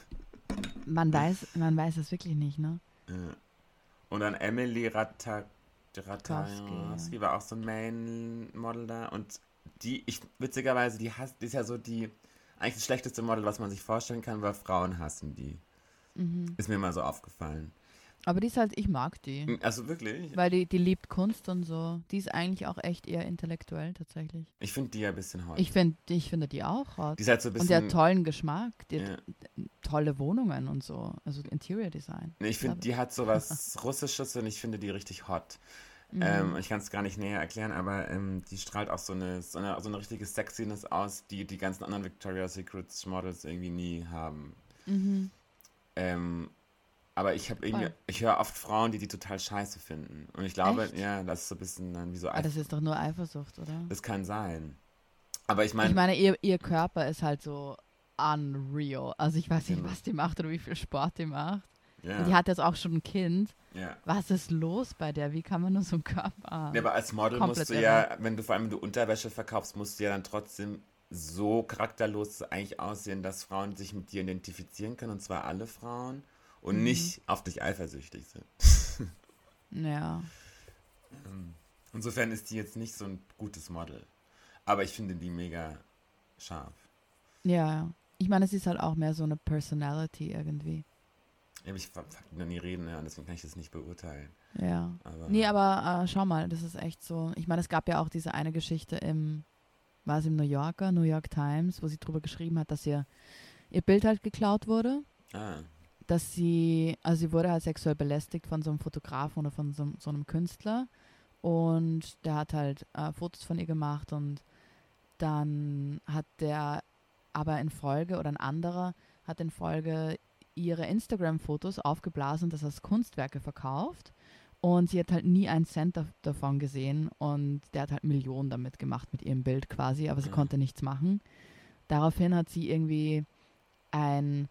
Man weiß, man weiß es wirklich nicht, ne? Ja. Und dann Emily Kowski, Ratajkowski war auch so ein Main-Model da. Und die, ich witzigerweise, die, hasst, die ist ja so die, eigentlich das schlechteste Model, was man sich vorstellen kann, weil Frauen hassen die. Mhm. Ist mir mal so aufgefallen. Aber die ist halt, ich mag die. Also wirklich? Weil die, die liebt Kunst und so. Die ist eigentlich auch echt eher intellektuell tatsächlich. Ich finde die ja ein bisschen hot. Ich, find, ich finde die auch hot. Die ist halt so ein Und die hat bisschen. tollen Geschmack. Die Ja. hat tolle Wohnungen und so. Also Interior Design. Nee, ich finde, Love die hat so was Russisches und ich finde die richtig hot. it. Ähm, Mhm. ich kann es gar nicht näher erklären, aber ähm, die strahlt auch so eine, so eine, so eine richtige Sexiness aus, die die ganzen anderen Victoria's Secret Models irgendwie nie haben. Mhm. Ähm, aber ich habe irgendwie, Voll. ich höre oft Frauen, die die total scheiße finden. Und ich glaube, Echt? ja, das ist so ein bisschen dann wie so, Ah, Eif- das ist doch nur Eifersucht, oder? das kann sein. Aber ich Ich meine, meine, ihr, ihr Körper ist halt so unreal. Also ich weiß nicht, genau. was die macht oder wie viel Sport die macht. Und die Ja, hat jetzt auch schon ein Kind. ja. Was ist los bei der? Wie kann man nur so einen Körper haben? Ja, aber als Model Komplett musst du irre. ja, wenn du vor allem wenn du Unterwäsche verkaufst, musst du ja dann trotzdem so charakterlos eigentlich aussehen, dass Frauen sich mit dir identifizieren können, und zwar alle Frauen, und Mhm. nicht auf dich eifersüchtig sind. Ja. Ähm, Insofern ist die jetzt nicht so ein gutes Model. Aber ich finde die mega scharf. Ja, ja. Ich meine, es ist halt auch mehr so eine Personality irgendwie. Ja, aber ich habe noch nie reden hören, deswegen kann ich das nicht beurteilen. Ja. Aber Nee, aber äh, schau mal, das ist echt so. Ich meine, es gab ja auch diese eine Geschichte im, war es im New Yorker, New York Times, wo sie drüber geschrieben hat, dass ihr, ihr Bild halt geklaut wurde. ah, Dass sie, also sie wurde halt sexuell belästigt von so einem Fotografen oder von so, so einem Künstler. Und der hat halt äh, Fotos von ihr gemacht und dann hat der aber in Folge oder ein anderer hat in Folge ihre Instagram-Fotos aufgeblasen und das als Kunstwerke verkauft. Und sie hat halt nie einen Cent da davon gesehen und der hat halt Millionen damit gemacht mit ihrem Bild quasi, aber sie ah, konnte nichts machen. Daraufhin hat sie irgendwie ein,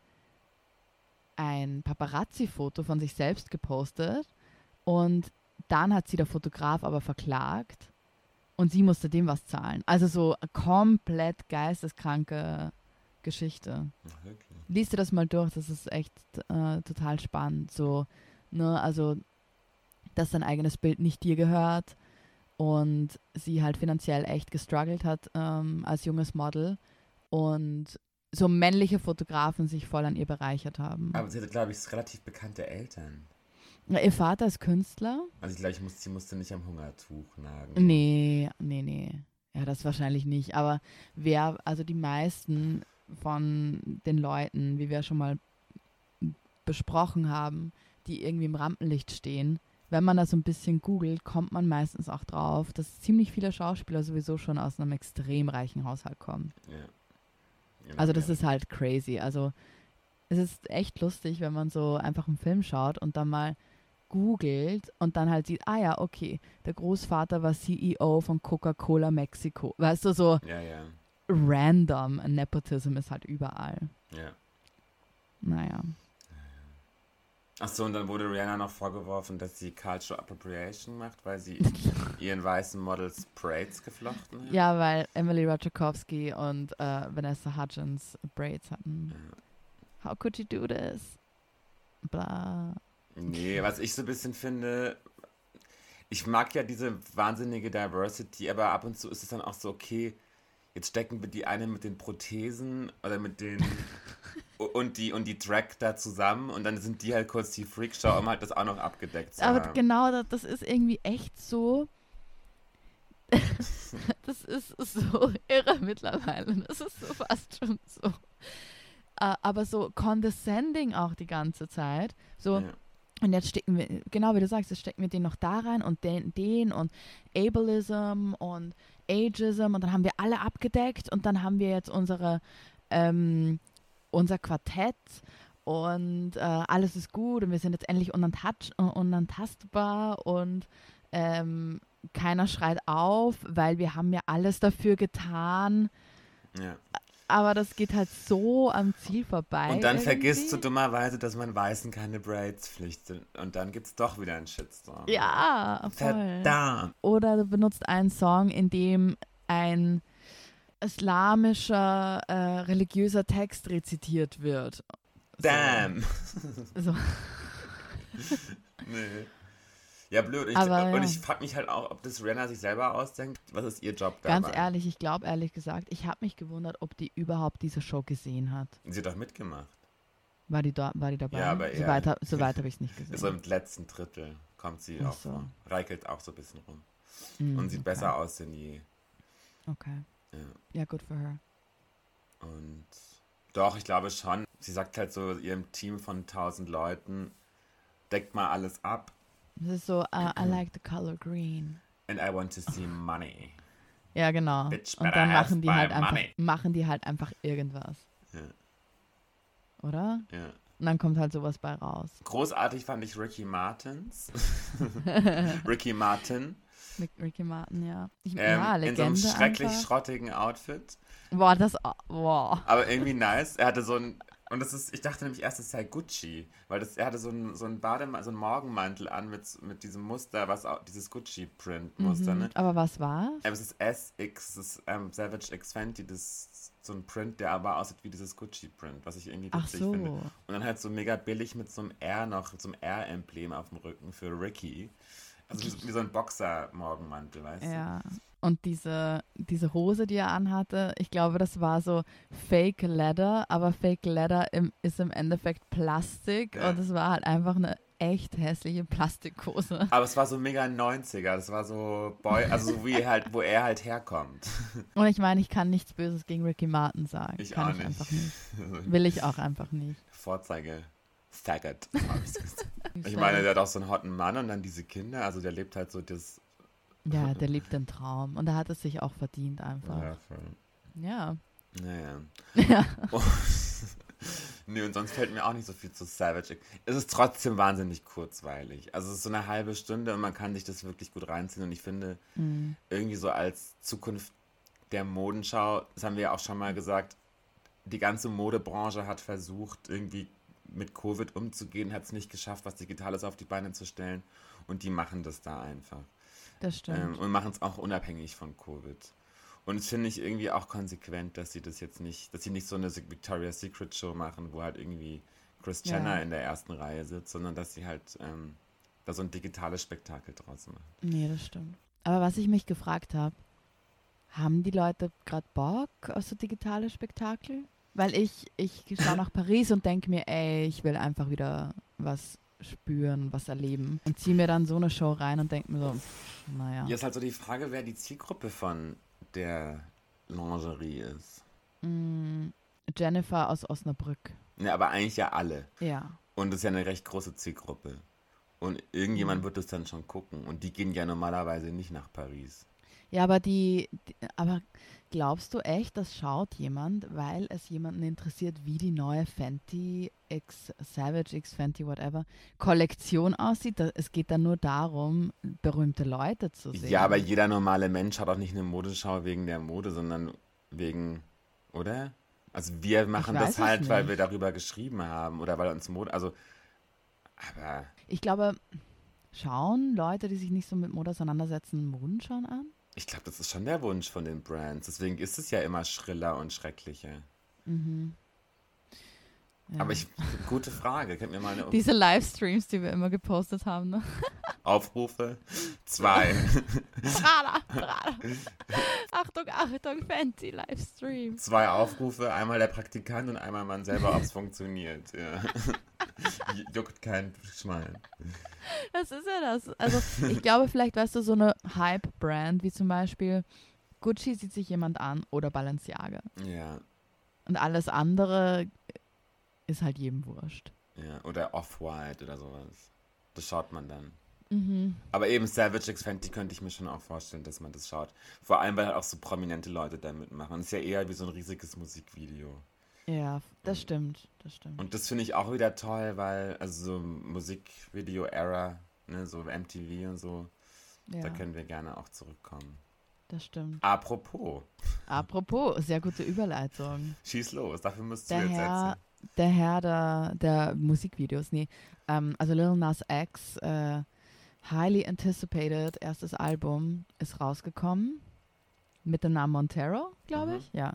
ein Paparazzi-Foto von sich selbst gepostet und dann hat sie der Fotograf aber verklagt und sie musste dem was zahlen. Also so eine komplett geisteskranke Geschichte. ach, wirklich. Lies dir das mal durch, das ist echt äh, total spannend. So, ne, also, dass dein eigenes Bild nicht dir gehört und sie halt finanziell echt gestruggelt hat ähm, als junges Model und so männliche Fotografen sich voll an ihr bereichert haben. Aber sie hatte, glaube ich, relativ bekannte Eltern. Ja, ihr Vater ist Künstler? Also ich glaube, ich muss, sie musste nicht am Hungertuch nagen. Nee, nee, nee. Ja, das wahrscheinlich nicht. Aber wer, also die meisten von den Leuten, wie wir schon mal besprochen haben, die irgendwie im Rampenlicht stehen, wenn man das so ein bisschen googelt, kommt man meistens auch drauf, dass ziemlich viele Schauspieler sowieso schon aus einem extrem reichen Haushalt kommen. Ja. In Also das Amerika. ist halt crazy. Also es ist echt lustig, wenn man so einfach einen Film schaut und dann mal googelt und dann halt sieht, ah ja, okay, der Großvater war C E O von Coca-Cola Mexiko. Weißt du, so Ja, ja, random Nepotism ist halt überall. ja. Naja. Achso, und dann wurde Rihanna noch vorgeworfen, dass sie Cultural Appropriation macht, weil sie ihren weißen Models Braids geflochten hat. Ja, weil Emily Ratajkowski und äh, Vanessa Hudgens Braids hatten. Ja. How could you do this? Bla. Nee, was ich so ein bisschen finde, ich mag ja diese wahnsinnige Diversity, aber ab und zu ist es dann auch so, okay, jetzt stecken wir die eine mit den Prothesen oder mit den und die und die Drag da zusammen und dann sind die halt kurz die Freakshow, um halt das auch noch abgedeckt zu Aber haben. genau, das, das ist irgendwie echt so. Das ist so irre mittlerweile. Das ist so fast schon so. Uh, aber so condescending auch die ganze Zeit. So, Ja. und jetzt stecken wir, genau wie du sagst, jetzt stecken wir den noch da rein und den, den und Ableism und Ageism und dann haben wir alle abgedeckt und dann haben wir jetzt unsere, ähm, unser Quartett und äh, alles ist gut und wir sind jetzt endlich unantast- unantastbar und ähm, keiner schreit auf, weil wir haben ja alles dafür getan. Ja. Aber das geht halt so am Ziel vorbei. Und dann irgendwie. vergisst du dummerweise, dass man Weißen keine Braids pflichtet. Und dann gibt's doch wieder einen Shitstorm. Ja, voll. Verdammt. Oder du benutzt einen Song, in dem ein islamischer, äh, religiöser Text rezitiert wird. So. Damn. So. Nee. Ja, blöd. Ich, Aber, und ja. ich frage mich halt auch, ob das Rihanna sich selber ausdenkt. Was ist ihr Job dabei? Ganz ehrlich, ich glaube ehrlich gesagt, ich habe mich gewundert, ob die überhaupt diese Show gesehen hat. Sie hat doch mitgemacht. War die, da, war die dabei? Ja, aber so eher- weit, hab- so weit habe ich es nicht gesehen. So im letzten Drittel kommt sie Ach auch so. vor. Reichelt auch so ein bisschen rum. Mm, Und sieht okay. besser aus denn je. Okay. Ja. Ja, good for her. Und doch, ich glaube schon. Sie sagt halt so ihrem Team von tausend Leuten, deckt mal alles ab. Das ist so, uh, I like the color green. And I want to see money. Ja, genau. Bitch Und better dann have machen die my halt einfach, money. machen die halt einfach irgendwas. Ja. Oder? Ja. Und dann kommt halt sowas bei raus. Großartig fand ich Ricky Martins. Ricky Martin. Mit Ricky Martin, ja. Ich, Ähm, ja, in so einem Legende schrecklich einfach. schrottigen Outfit. Boah, das, boah. Aber irgendwie nice. Er hatte so ein, und das ist, ich dachte nämlich erst, es sei Gucci, weil das, er hatte so ein, so ein Bademantel, so einen Morgenmantel an mit, mit diesem Muster, was auch, dieses Gucci-Print-Muster, Mhm. ne? Aber was war? Ähm, es ist S X, das ist ähm, Savage X Fenty, das ist so ein Print, der aber aussieht wie dieses Gucci-Print, was ich irgendwie Ach witzig so. finde. Und dann halt so mega billig mit so einem R noch, mit so einem R-Emblem auf dem Rücken für Ricky. Also wie, wie so ein Boxer-Morgenmantel, weißt du? Ja. Und diese, diese Hose, die er anhatte, ich glaube, das war so Fake Leather, aber Fake Leather im, ist im Endeffekt Plastik Ja. und es war halt einfach eine echt hässliche Plastikhose. Aber es war so mega neunziger, das war so Boy, also so wie halt, wo er halt herkommt. Und ich meine, ich kann nichts Böses gegen Ricky Martin sagen. Ich kann auch ich nicht. einfach nicht. Will ich auch einfach nicht. Vorzeige Faggot. hab ich's gesagt. Ich meine, der hat auch so einen hotten Mann und dann diese Kinder, also der lebt halt so das. Ja, der liebt den Traum und er hat es sich auch verdient einfach. Ja, voll. Ja. Naja. Ja. Oh. Nee, und sonst fällt mir auch nicht so viel zu Savage. Es ist trotzdem wahnsinnig kurzweilig. Also es ist so eine halbe Stunde und man kann sich das wirklich gut reinziehen. Und ich finde, Mhm. irgendwie so als Zukunft der Modenschau, das haben wir ja auch schon mal gesagt, die ganze Modebranche hat versucht, irgendwie mit Covid umzugehen, hat es nicht geschafft, was Digitales auf die Beine zu stellen. Und die machen das da einfach. Das stimmt. Ähm, und machen es auch unabhängig von Covid. Und das finde ich irgendwie auch konsequent, dass sie das jetzt nicht, dass sie nicht so eine Victoria's Secret Show machen, wo halt irgendwie Kris Ja. Jenner in der ersten Reihe sitzt, sondern dass sie halt ähm, da so ein digitales Spektakel draus machen. Nee, das stimmt. Aber was ich mich gefragt habe, haben die Leute gerade Bock auf so digitale Spektakel? Weil ich, ich schaue nach Paris und denke mir, ey, ich will einfach wieder was spüren, was erleben. Und ziehe mir dann so eine Show rein und denke mir so, pff, naja. Hier ist halt so die Frage, wer die Zielgruppe von der Lingerie ist. Mm, Jennifer aus Osnabrück. Ja, aber eigentlich ja alle. Ja. Und das ist ja eine recht große Zielgruppe. Und irgendjemand Mhm. wird es dann schon gucken. Und die gehen ja normalerweise nicht nach Paris. Ja, aber die, die, aber glaubst du echt, das schaut jemand, weil es jemanden interessiert, wie die neue Fenty X Savage X Fenty whatever Kollektion aussieht? Da, es geht dann nur darum, berühmte Leute zu sehen. Ja, aber jeder normale Mensch hat auch nicht eine Modeschau wegen der Mode, sondern wegen, oder? Also wir machen weiß das es halt, weil nicht. wir darüber geschrieben haben oder weil uns Mode, also Aber Ich glaube, schauen Leute, die sich nicht so mit Mode auseinandersetzen, Moden schon an? ich glaube, das ist schon der Wunsch von den Brands. Deswegen ist es ja immer schriller und schrecklicher. Mhm. Aber Ja. ich, gute Frage. Könnt mir mal eine Diese Livestreams, die wir immer gepostet haben, ne? Aufrufe? Zwei. Prada, Prada. Achtung, Achtung, Fenty Livestream. Zwei Aufrufe. Einmal der Praktikant und einmal man selber, ob es funktioniert. Ja. Juckt kein Schwein. Das ist ja das. Also ich glaube, vielleicht, weißt du, so eine Hype-Brand, wie zum Beispiel Gucci sieht sich jemand an oder Balenciaga. Ja, Und alles andere ist halt jedem wurscht. ja. Oder Off-White oder sowas. Das schaut man dann. Mhm. Aber eben Savage X Fenty könnte ich mir schon auch vorstellen, dass man das schaut. Vor allem, weil halt auch so prominente Leute da mitmachen. Und es ist ja eher wie so ein riesiges Musikvideo. Ja, das stimmt, das stimmt. Und das finde ich auch wieder toll, weil, also so Musikvideo-Era, ne, so M T V und so, Ja, da können wir gerne auch zurückkommen. das stimmt. Apropos, Apropos, sehr gute Überleitung. schieß los, dafür musst du Der jetzt Herr, setzen. der Herr der, der Musikvideos, nee, ähm, also Lil Nas X, äh, highly anticipated, erstes Album ist rausgekommen mit dem Namen Montero, glaube Mhm. ich, ja.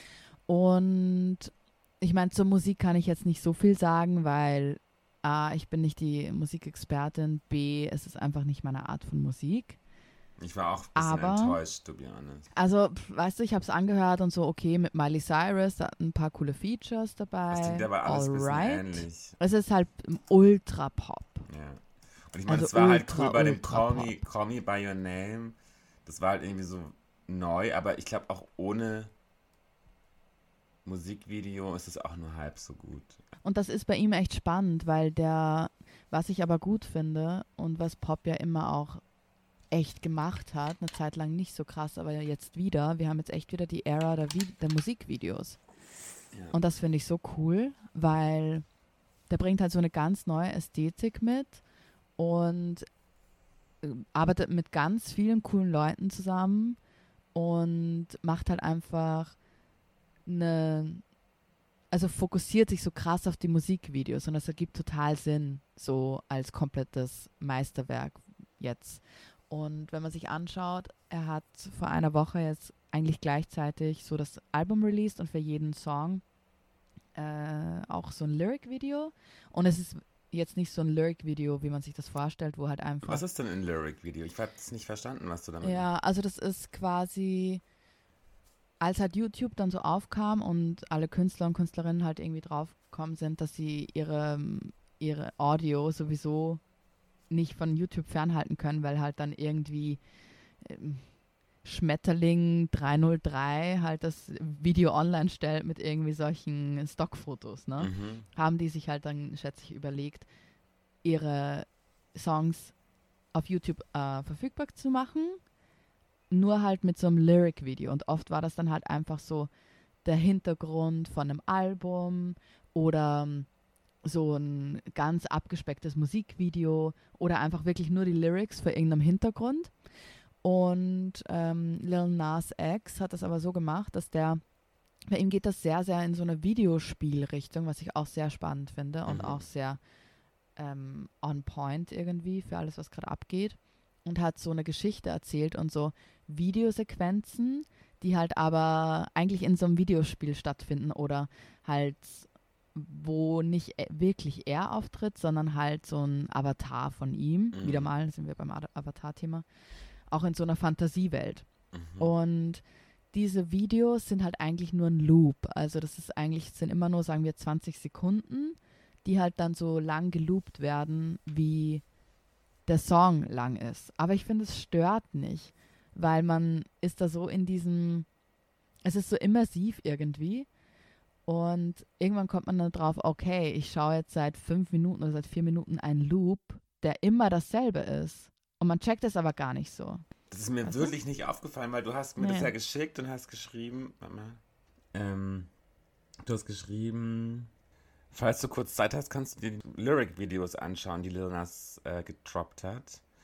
Und ich meine, zur Musik kann ich jetzt nicht so viel sagen, weil A, ich bin nicht die Musikexpertin, B, es ist einfach nicht meine Art von Musik. Ich war auch ein bisschen Aber- enttäuscht, to be honest. Also, pf, weißt du, ich habe es angehört und so, okay, mit Miley Cyrus, da hat ein paar coole Features dabei. Das klingt aber alles ein bisschen Alright. ähnlich. Es ist halt Ultra-Pop. Ja. Und ich meine, Also das war halt ultra, cool bei dem ultra Call Me, Call Me By Your Name. Das war halt irgendwie so neu, aber ich glaube auch ohne Musikvideo ist es auch nur halb so gut. Und das ist bei ihm echt spannend, weil der, was ich aber gut finde und was Pop ja immer auch echt gemacht hat, eine Zeit lang nicht so krass, aber jetzt wieder, wir haben jetzt echt wieder die Ära der, Vi- der Musikvideos. Ja. Und das finde ich so cool, weil der bringt halt so eine ganz neue Ästhetik mit und äh, arbeitet mit ganz vielen coolen Leuten zusammen und macht halt einfach eine, also fokussiert sich so krass auf die Musikvideos und das ergibt total Sinn, so als komplettes Meisterwerk jetzt. Und wenn man sich anschaut, er hat vor einer Woche jetzt eigentlich gleichzeitig so das Album released und für jeden Song äh, auch so ein Lyric-Video. Und es ist jetzt nicht so ein Lyric-Video, wie man sich das vorstellt, wo halt einfach... Was ist denn ein Lyric-Video? Ich habe es nicht verstanden, was du damit Ja, also das ist quasi, als halt YouTube dann so aufkam und alle Künstler und Künstlerinnen halt irgendwie draufgekommen sind, dass sie ihre, ihre Audio sowieso nicht von YouTube fernhalten können, weil halt dann irgendwie ähm, Schmetterling dreihundertdrei halt das Video online stellt mit irgendwie solchen Stockfotos, ne? Mhm. Haben die sich halt dann, schätze ich, überlegt, ihre Songs auf YouTube äh, verfügbar zu machen, nur halt mit so einem Lyric-Video. Und oft war das dann halt einfach so der Hintergrund von einem Album oder ähm, so ein ganz abgespecktes Musikvideo oder einfach wirklich nur die Lyrics für irgendeinem Hintergrund. Und ähm, Lil Nas X hat das aber so gemacht, dass der, bei ihm geht das sehr, sehr in so eine Videospielrichtung, was ich auch sehr spannend finde und Mhm. auch sehr ähm, on point irgendwie für alles, was gerade abgeht. Und hat so eine Geschichte erzählt und so Videosequenzen, die halt aber eigentlich in so einem Videospiel stattfinden oder halt, wo nicht e- wirklich er auftritt, sondern halt so ein Avatar von ihm. Mhm. Wieder mal sind wir beim Ad- Avatar-Thema. Auch in so einer Fantasiewelt. Mhm. Und diese Videos sind halt eigentlich nur ein Loop. Also das ist eigentlich, sind immer nur, sagen wir, zwanzig Sekunden, die halt dann so lang geloopt werden, wie der Song lang ist. Aber ich finde, es stört nicht, weil man ist da so in diesem, es ist so immersiv irgendwie. Und irgendwann kommt man dann drauf, okay, ich schaue jetzt seit fünf Minuten oder seit vier Minuten einen Loop, der immer dasselbe ist. Und man checkt es aber gar nicht so. Das ist mir Weißt du? wirklich nicht aufgefallen, weil du hast mir das Nee. ja geschickt und hast geschrieben, warte mal, ähm, du hast geschrieben, falls du kurz Zeit hast, kannst du dir die Lyric-Videos anschauen, die Lil Nas äh, getroppt hat.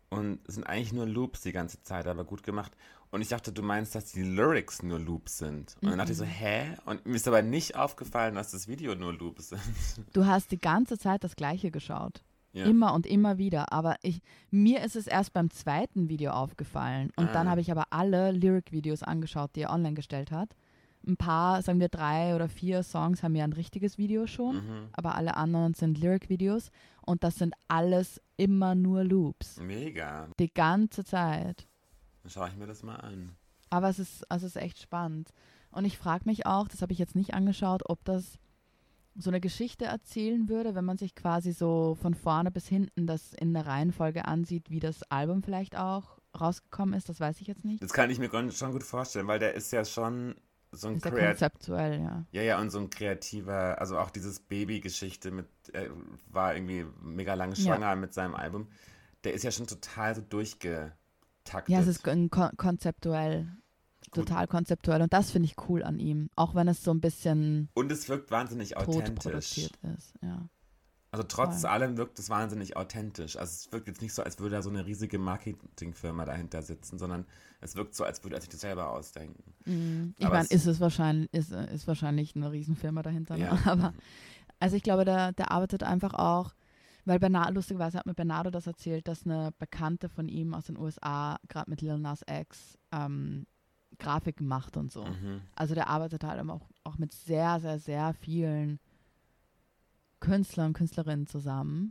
Und es sind eigentlich nur Loops die ganze Zeit, aber gut gemacht. Und ich dachte, du meinst, dass die Lyrics nur Loops sind. Und dann dachte ich so, hä? Und mir ist aber nicht aufgefallen, dass das Video nur Loops sind. Du hast die ganze Zeit das Gleiche geschaut. Ja. Immer und immer wieder. Aber ich, mir ist es erst beim zweiten Video aufgefallen. Und Ah. dann habe ich aber alle Lyric-Videos angeschaut, die er online gestellt hat. Ein paar, sagen wir drei oder vier Songs haben ja ein richtiges Video schon. Mhm. Aber alle anderen sind Lyric-Videos. Und das sind alles immer nur Loops. Mega. Die ganze Zeit. Dann schaue ich mir das mal an. Aber es ist, also es ist echt spannend. Und ich frage mich auch, das habe ich jetzt nicht angeschaut, ob das so eine Geschichte erzählen würde, wenn man sich quasi so von vorne bis hinten das in der Reihenfolge ansieht, wie das Album vielleicht auch rausgekommen ist. Das weiß ich jetzt nicht. Das kann ich mir gon- schon gut vorstellen, weil der ist ja schon so ein Ist ja Kreat- konzeptuell, ja. Ja, ja, und so ein kreativer, also auch dieses Baby-Geschichte mit, er war irgendwie mega lange schwanger Ja. mit seinem Album. Der ist ja schon total so durchgetaktet. Ja, es ist kon konzeptuell. Gut. Total konzeptuell. Und das finde ich cool an ihm. Auch wenn es so ein bisschen Und es wirkt wahnsinnig tot authentisch. produziert ist. Ja. Also trotz Voll. allem wirkt es wahnsinnig authentisch. Also es wirkt jetzt nicht so, als würde da so eine riesige Marketingfirma dahinter sitzen, sondern es wirkt so, als würde er sich das selber ausdenken. Mhm. Ich Aber meine, es- ist es wahrscheinlich, ist, ist wahrscheinlich eine Riesenfirma dahinter. Ne? Ja. Aber also ich glaube, der, der arbeitet einfach auch, weil Bernardo, lustigerweise hat mir Bernardo das erzählt, dass eine Bekannte von ihm aus den U S A gerade mit Lil Nas X ähm, Grafiken macht und so. Mhm. Also der arbeitet halt auch, auch mit sehr, sehr, sehr vielen Künstlern und Künstlerinnen zusammen,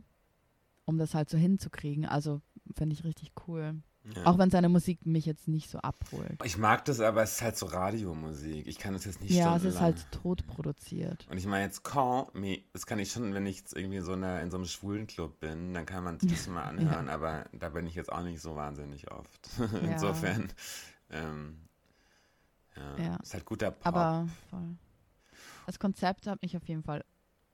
um das halt so hinzukriegen. Also finde ich richtig cool. Ja. Auch wenn seine Musik mich jetzt nicht so abholt. Ich mag das, aber es ist halt so Radiomusik. Ich kann das jetzt nicht Ja, es stundenlang. ist halt tot produziert. Und ich meine jetzt Call Me, das kann ich schon, wenn ich jetzt irgendwie so eine, in so einem schwulen Club bin, dann kann man sich das mal anhören, aber da bin ich jetzt auch nicht so wahnsinnig oft. Insofern, ähm, ja, Ja. ist halt guter Pop. Aber voll. Das Konzept hat mich auf jeden Fall.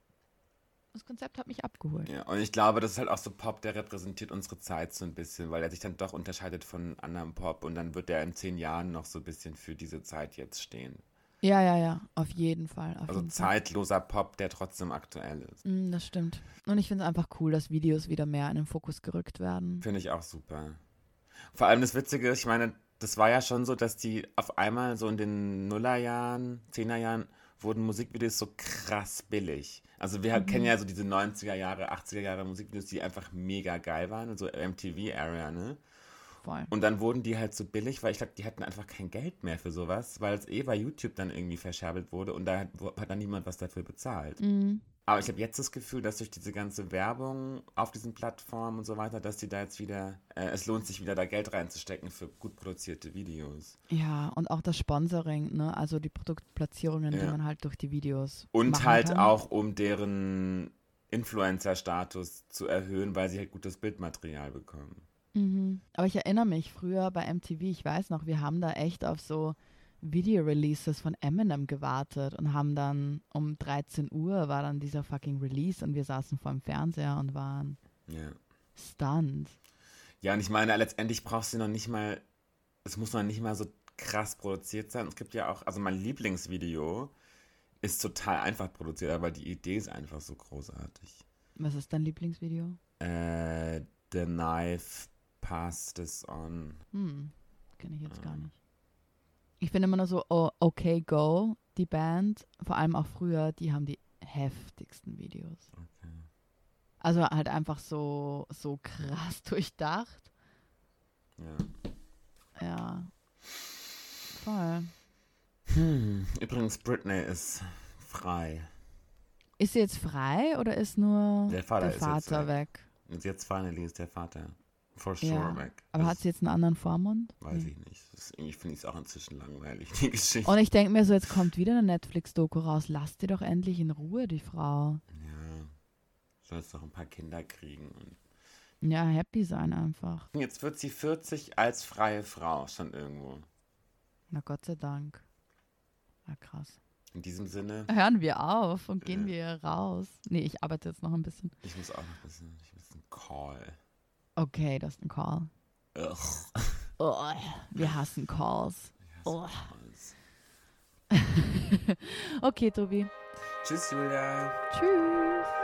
Das Konzept hat mich abgeholt. Ja, und ich glaube, das ist halt auch so Pop, der repräsentiert unsere Zeit so ein bisschen, weil er sich dann doch unterscheidet von anderem Pop und dann wird er in zehn Jahren noch so ein bisschen für diese Zeit jetzt stehen. Ja, ja, ja. Auf jeden Fall. Auf Also jeden zeitloser Pop, der trotzdem aktuell ist. Fall. Mm, das stimmt. Und ich finde es einfach cool, dass Videos wieder mehr in den Fokus gerückt werden. Finde ich auch super. Vor allem das Witzige, ich meine, das war ja schon so, dass die auf einmal so in den Nullerjahren, Zehnerjahren wurden Musikvideos so krass billig. Also wir Mhm. kennen ja so diese neunziger Jahre, achtziger Jahre Musikvideos, die einfach mega geil waren, so M T V-Area, ne? Voll. Und dann wurden die halt so billig, weil ich glaube, die hatten einfach kein Geld mehr für sowas, weil es eh bei YouTube dann irgendwie verscherbelt wurde und da hat, hat dann niemand was dafür bezahlt. Mm. Aber ich habe jetzt das Gefühl, dass durch diese ganze Werbung auf diesen Plattformen und so weiter, dass die da jetzt wieder, äh, es lohnt sich wieder da Geld reinzustecken für gut produzierte Videos. Ja, und auch das Sponsoring, ne? Also die Produktplatzierungen, die Ja. man halt durch die Videos Und machen halt kann. auch, um deren Influencer-Status zu erhöhen, weil sie halt gutes Bildmaterial bekommen. Mhm. Aber ich erinnere mich früher bei M T V, ich weiß noch, wir haben da echt auf so Video-Releases von Eminem gewartet und haben dann um dreizehn Uhr war dann dieser fucking Release und wir saßen vor dem Fernseher und waren Ja. stunned. Ja, und ich meine, letztendlich brauchst du noch nicht mal, es muss noch nicht mal so krass produziert sein. Es gibt ja auch, also mein Lieblingsvideo ist total einfach produziert, aber die Idee ist einfach so großartig. Was ist dein Lieblingsvideo? Äh, The Knife Passed This On. Hm, kenne ich jetzt gar Ah. nicht. Ich finde immer nur so, oh, Okay Go, die Band, vor allem auch früher, die haben die heftigsten Videos. Okay. Also halt einfach so, so krass durchdacht. Ja. Ja. Voll. Hm. Übrigens, Britney ist frei. Ist sie jetzt frei oder ist nur Der Vater der ist jetzt Vater weg. weg? Und jetzt finally ist der Vater for sure Ja. weg. Aber Das hat sie jetzt einen anderen Vormund? weiß Nee. ich nicht. Das ist, irgendwie finde ich es auch inzwischen langweilig, die Geschichte. Und ich denke mir so, jetzt kommt wieder eine Netflix-Doku raus. Lass die doch endlich in Ruhe, die Frau. Ja. Soll jetzt noch ein paar Kinder kriegen. Und Ja, happy sein einfach. jetzt wird sie vierzig als freie Frau schon irgendwo. Na Gott sei Dank. Ja, krass. In diesem Sinne, Hören wir auf und gehen Ja. wir raus. Nee, ich arbeite jetzt noch ein bisschen. ich muss auch noch ein bisschen, ich muss einen Call. Okay, das ist ein Call. Ugh. Oh, wir hassen Calls. Oh. Calls. Okay, Tobi. Tschüss, Julia. Tschüss.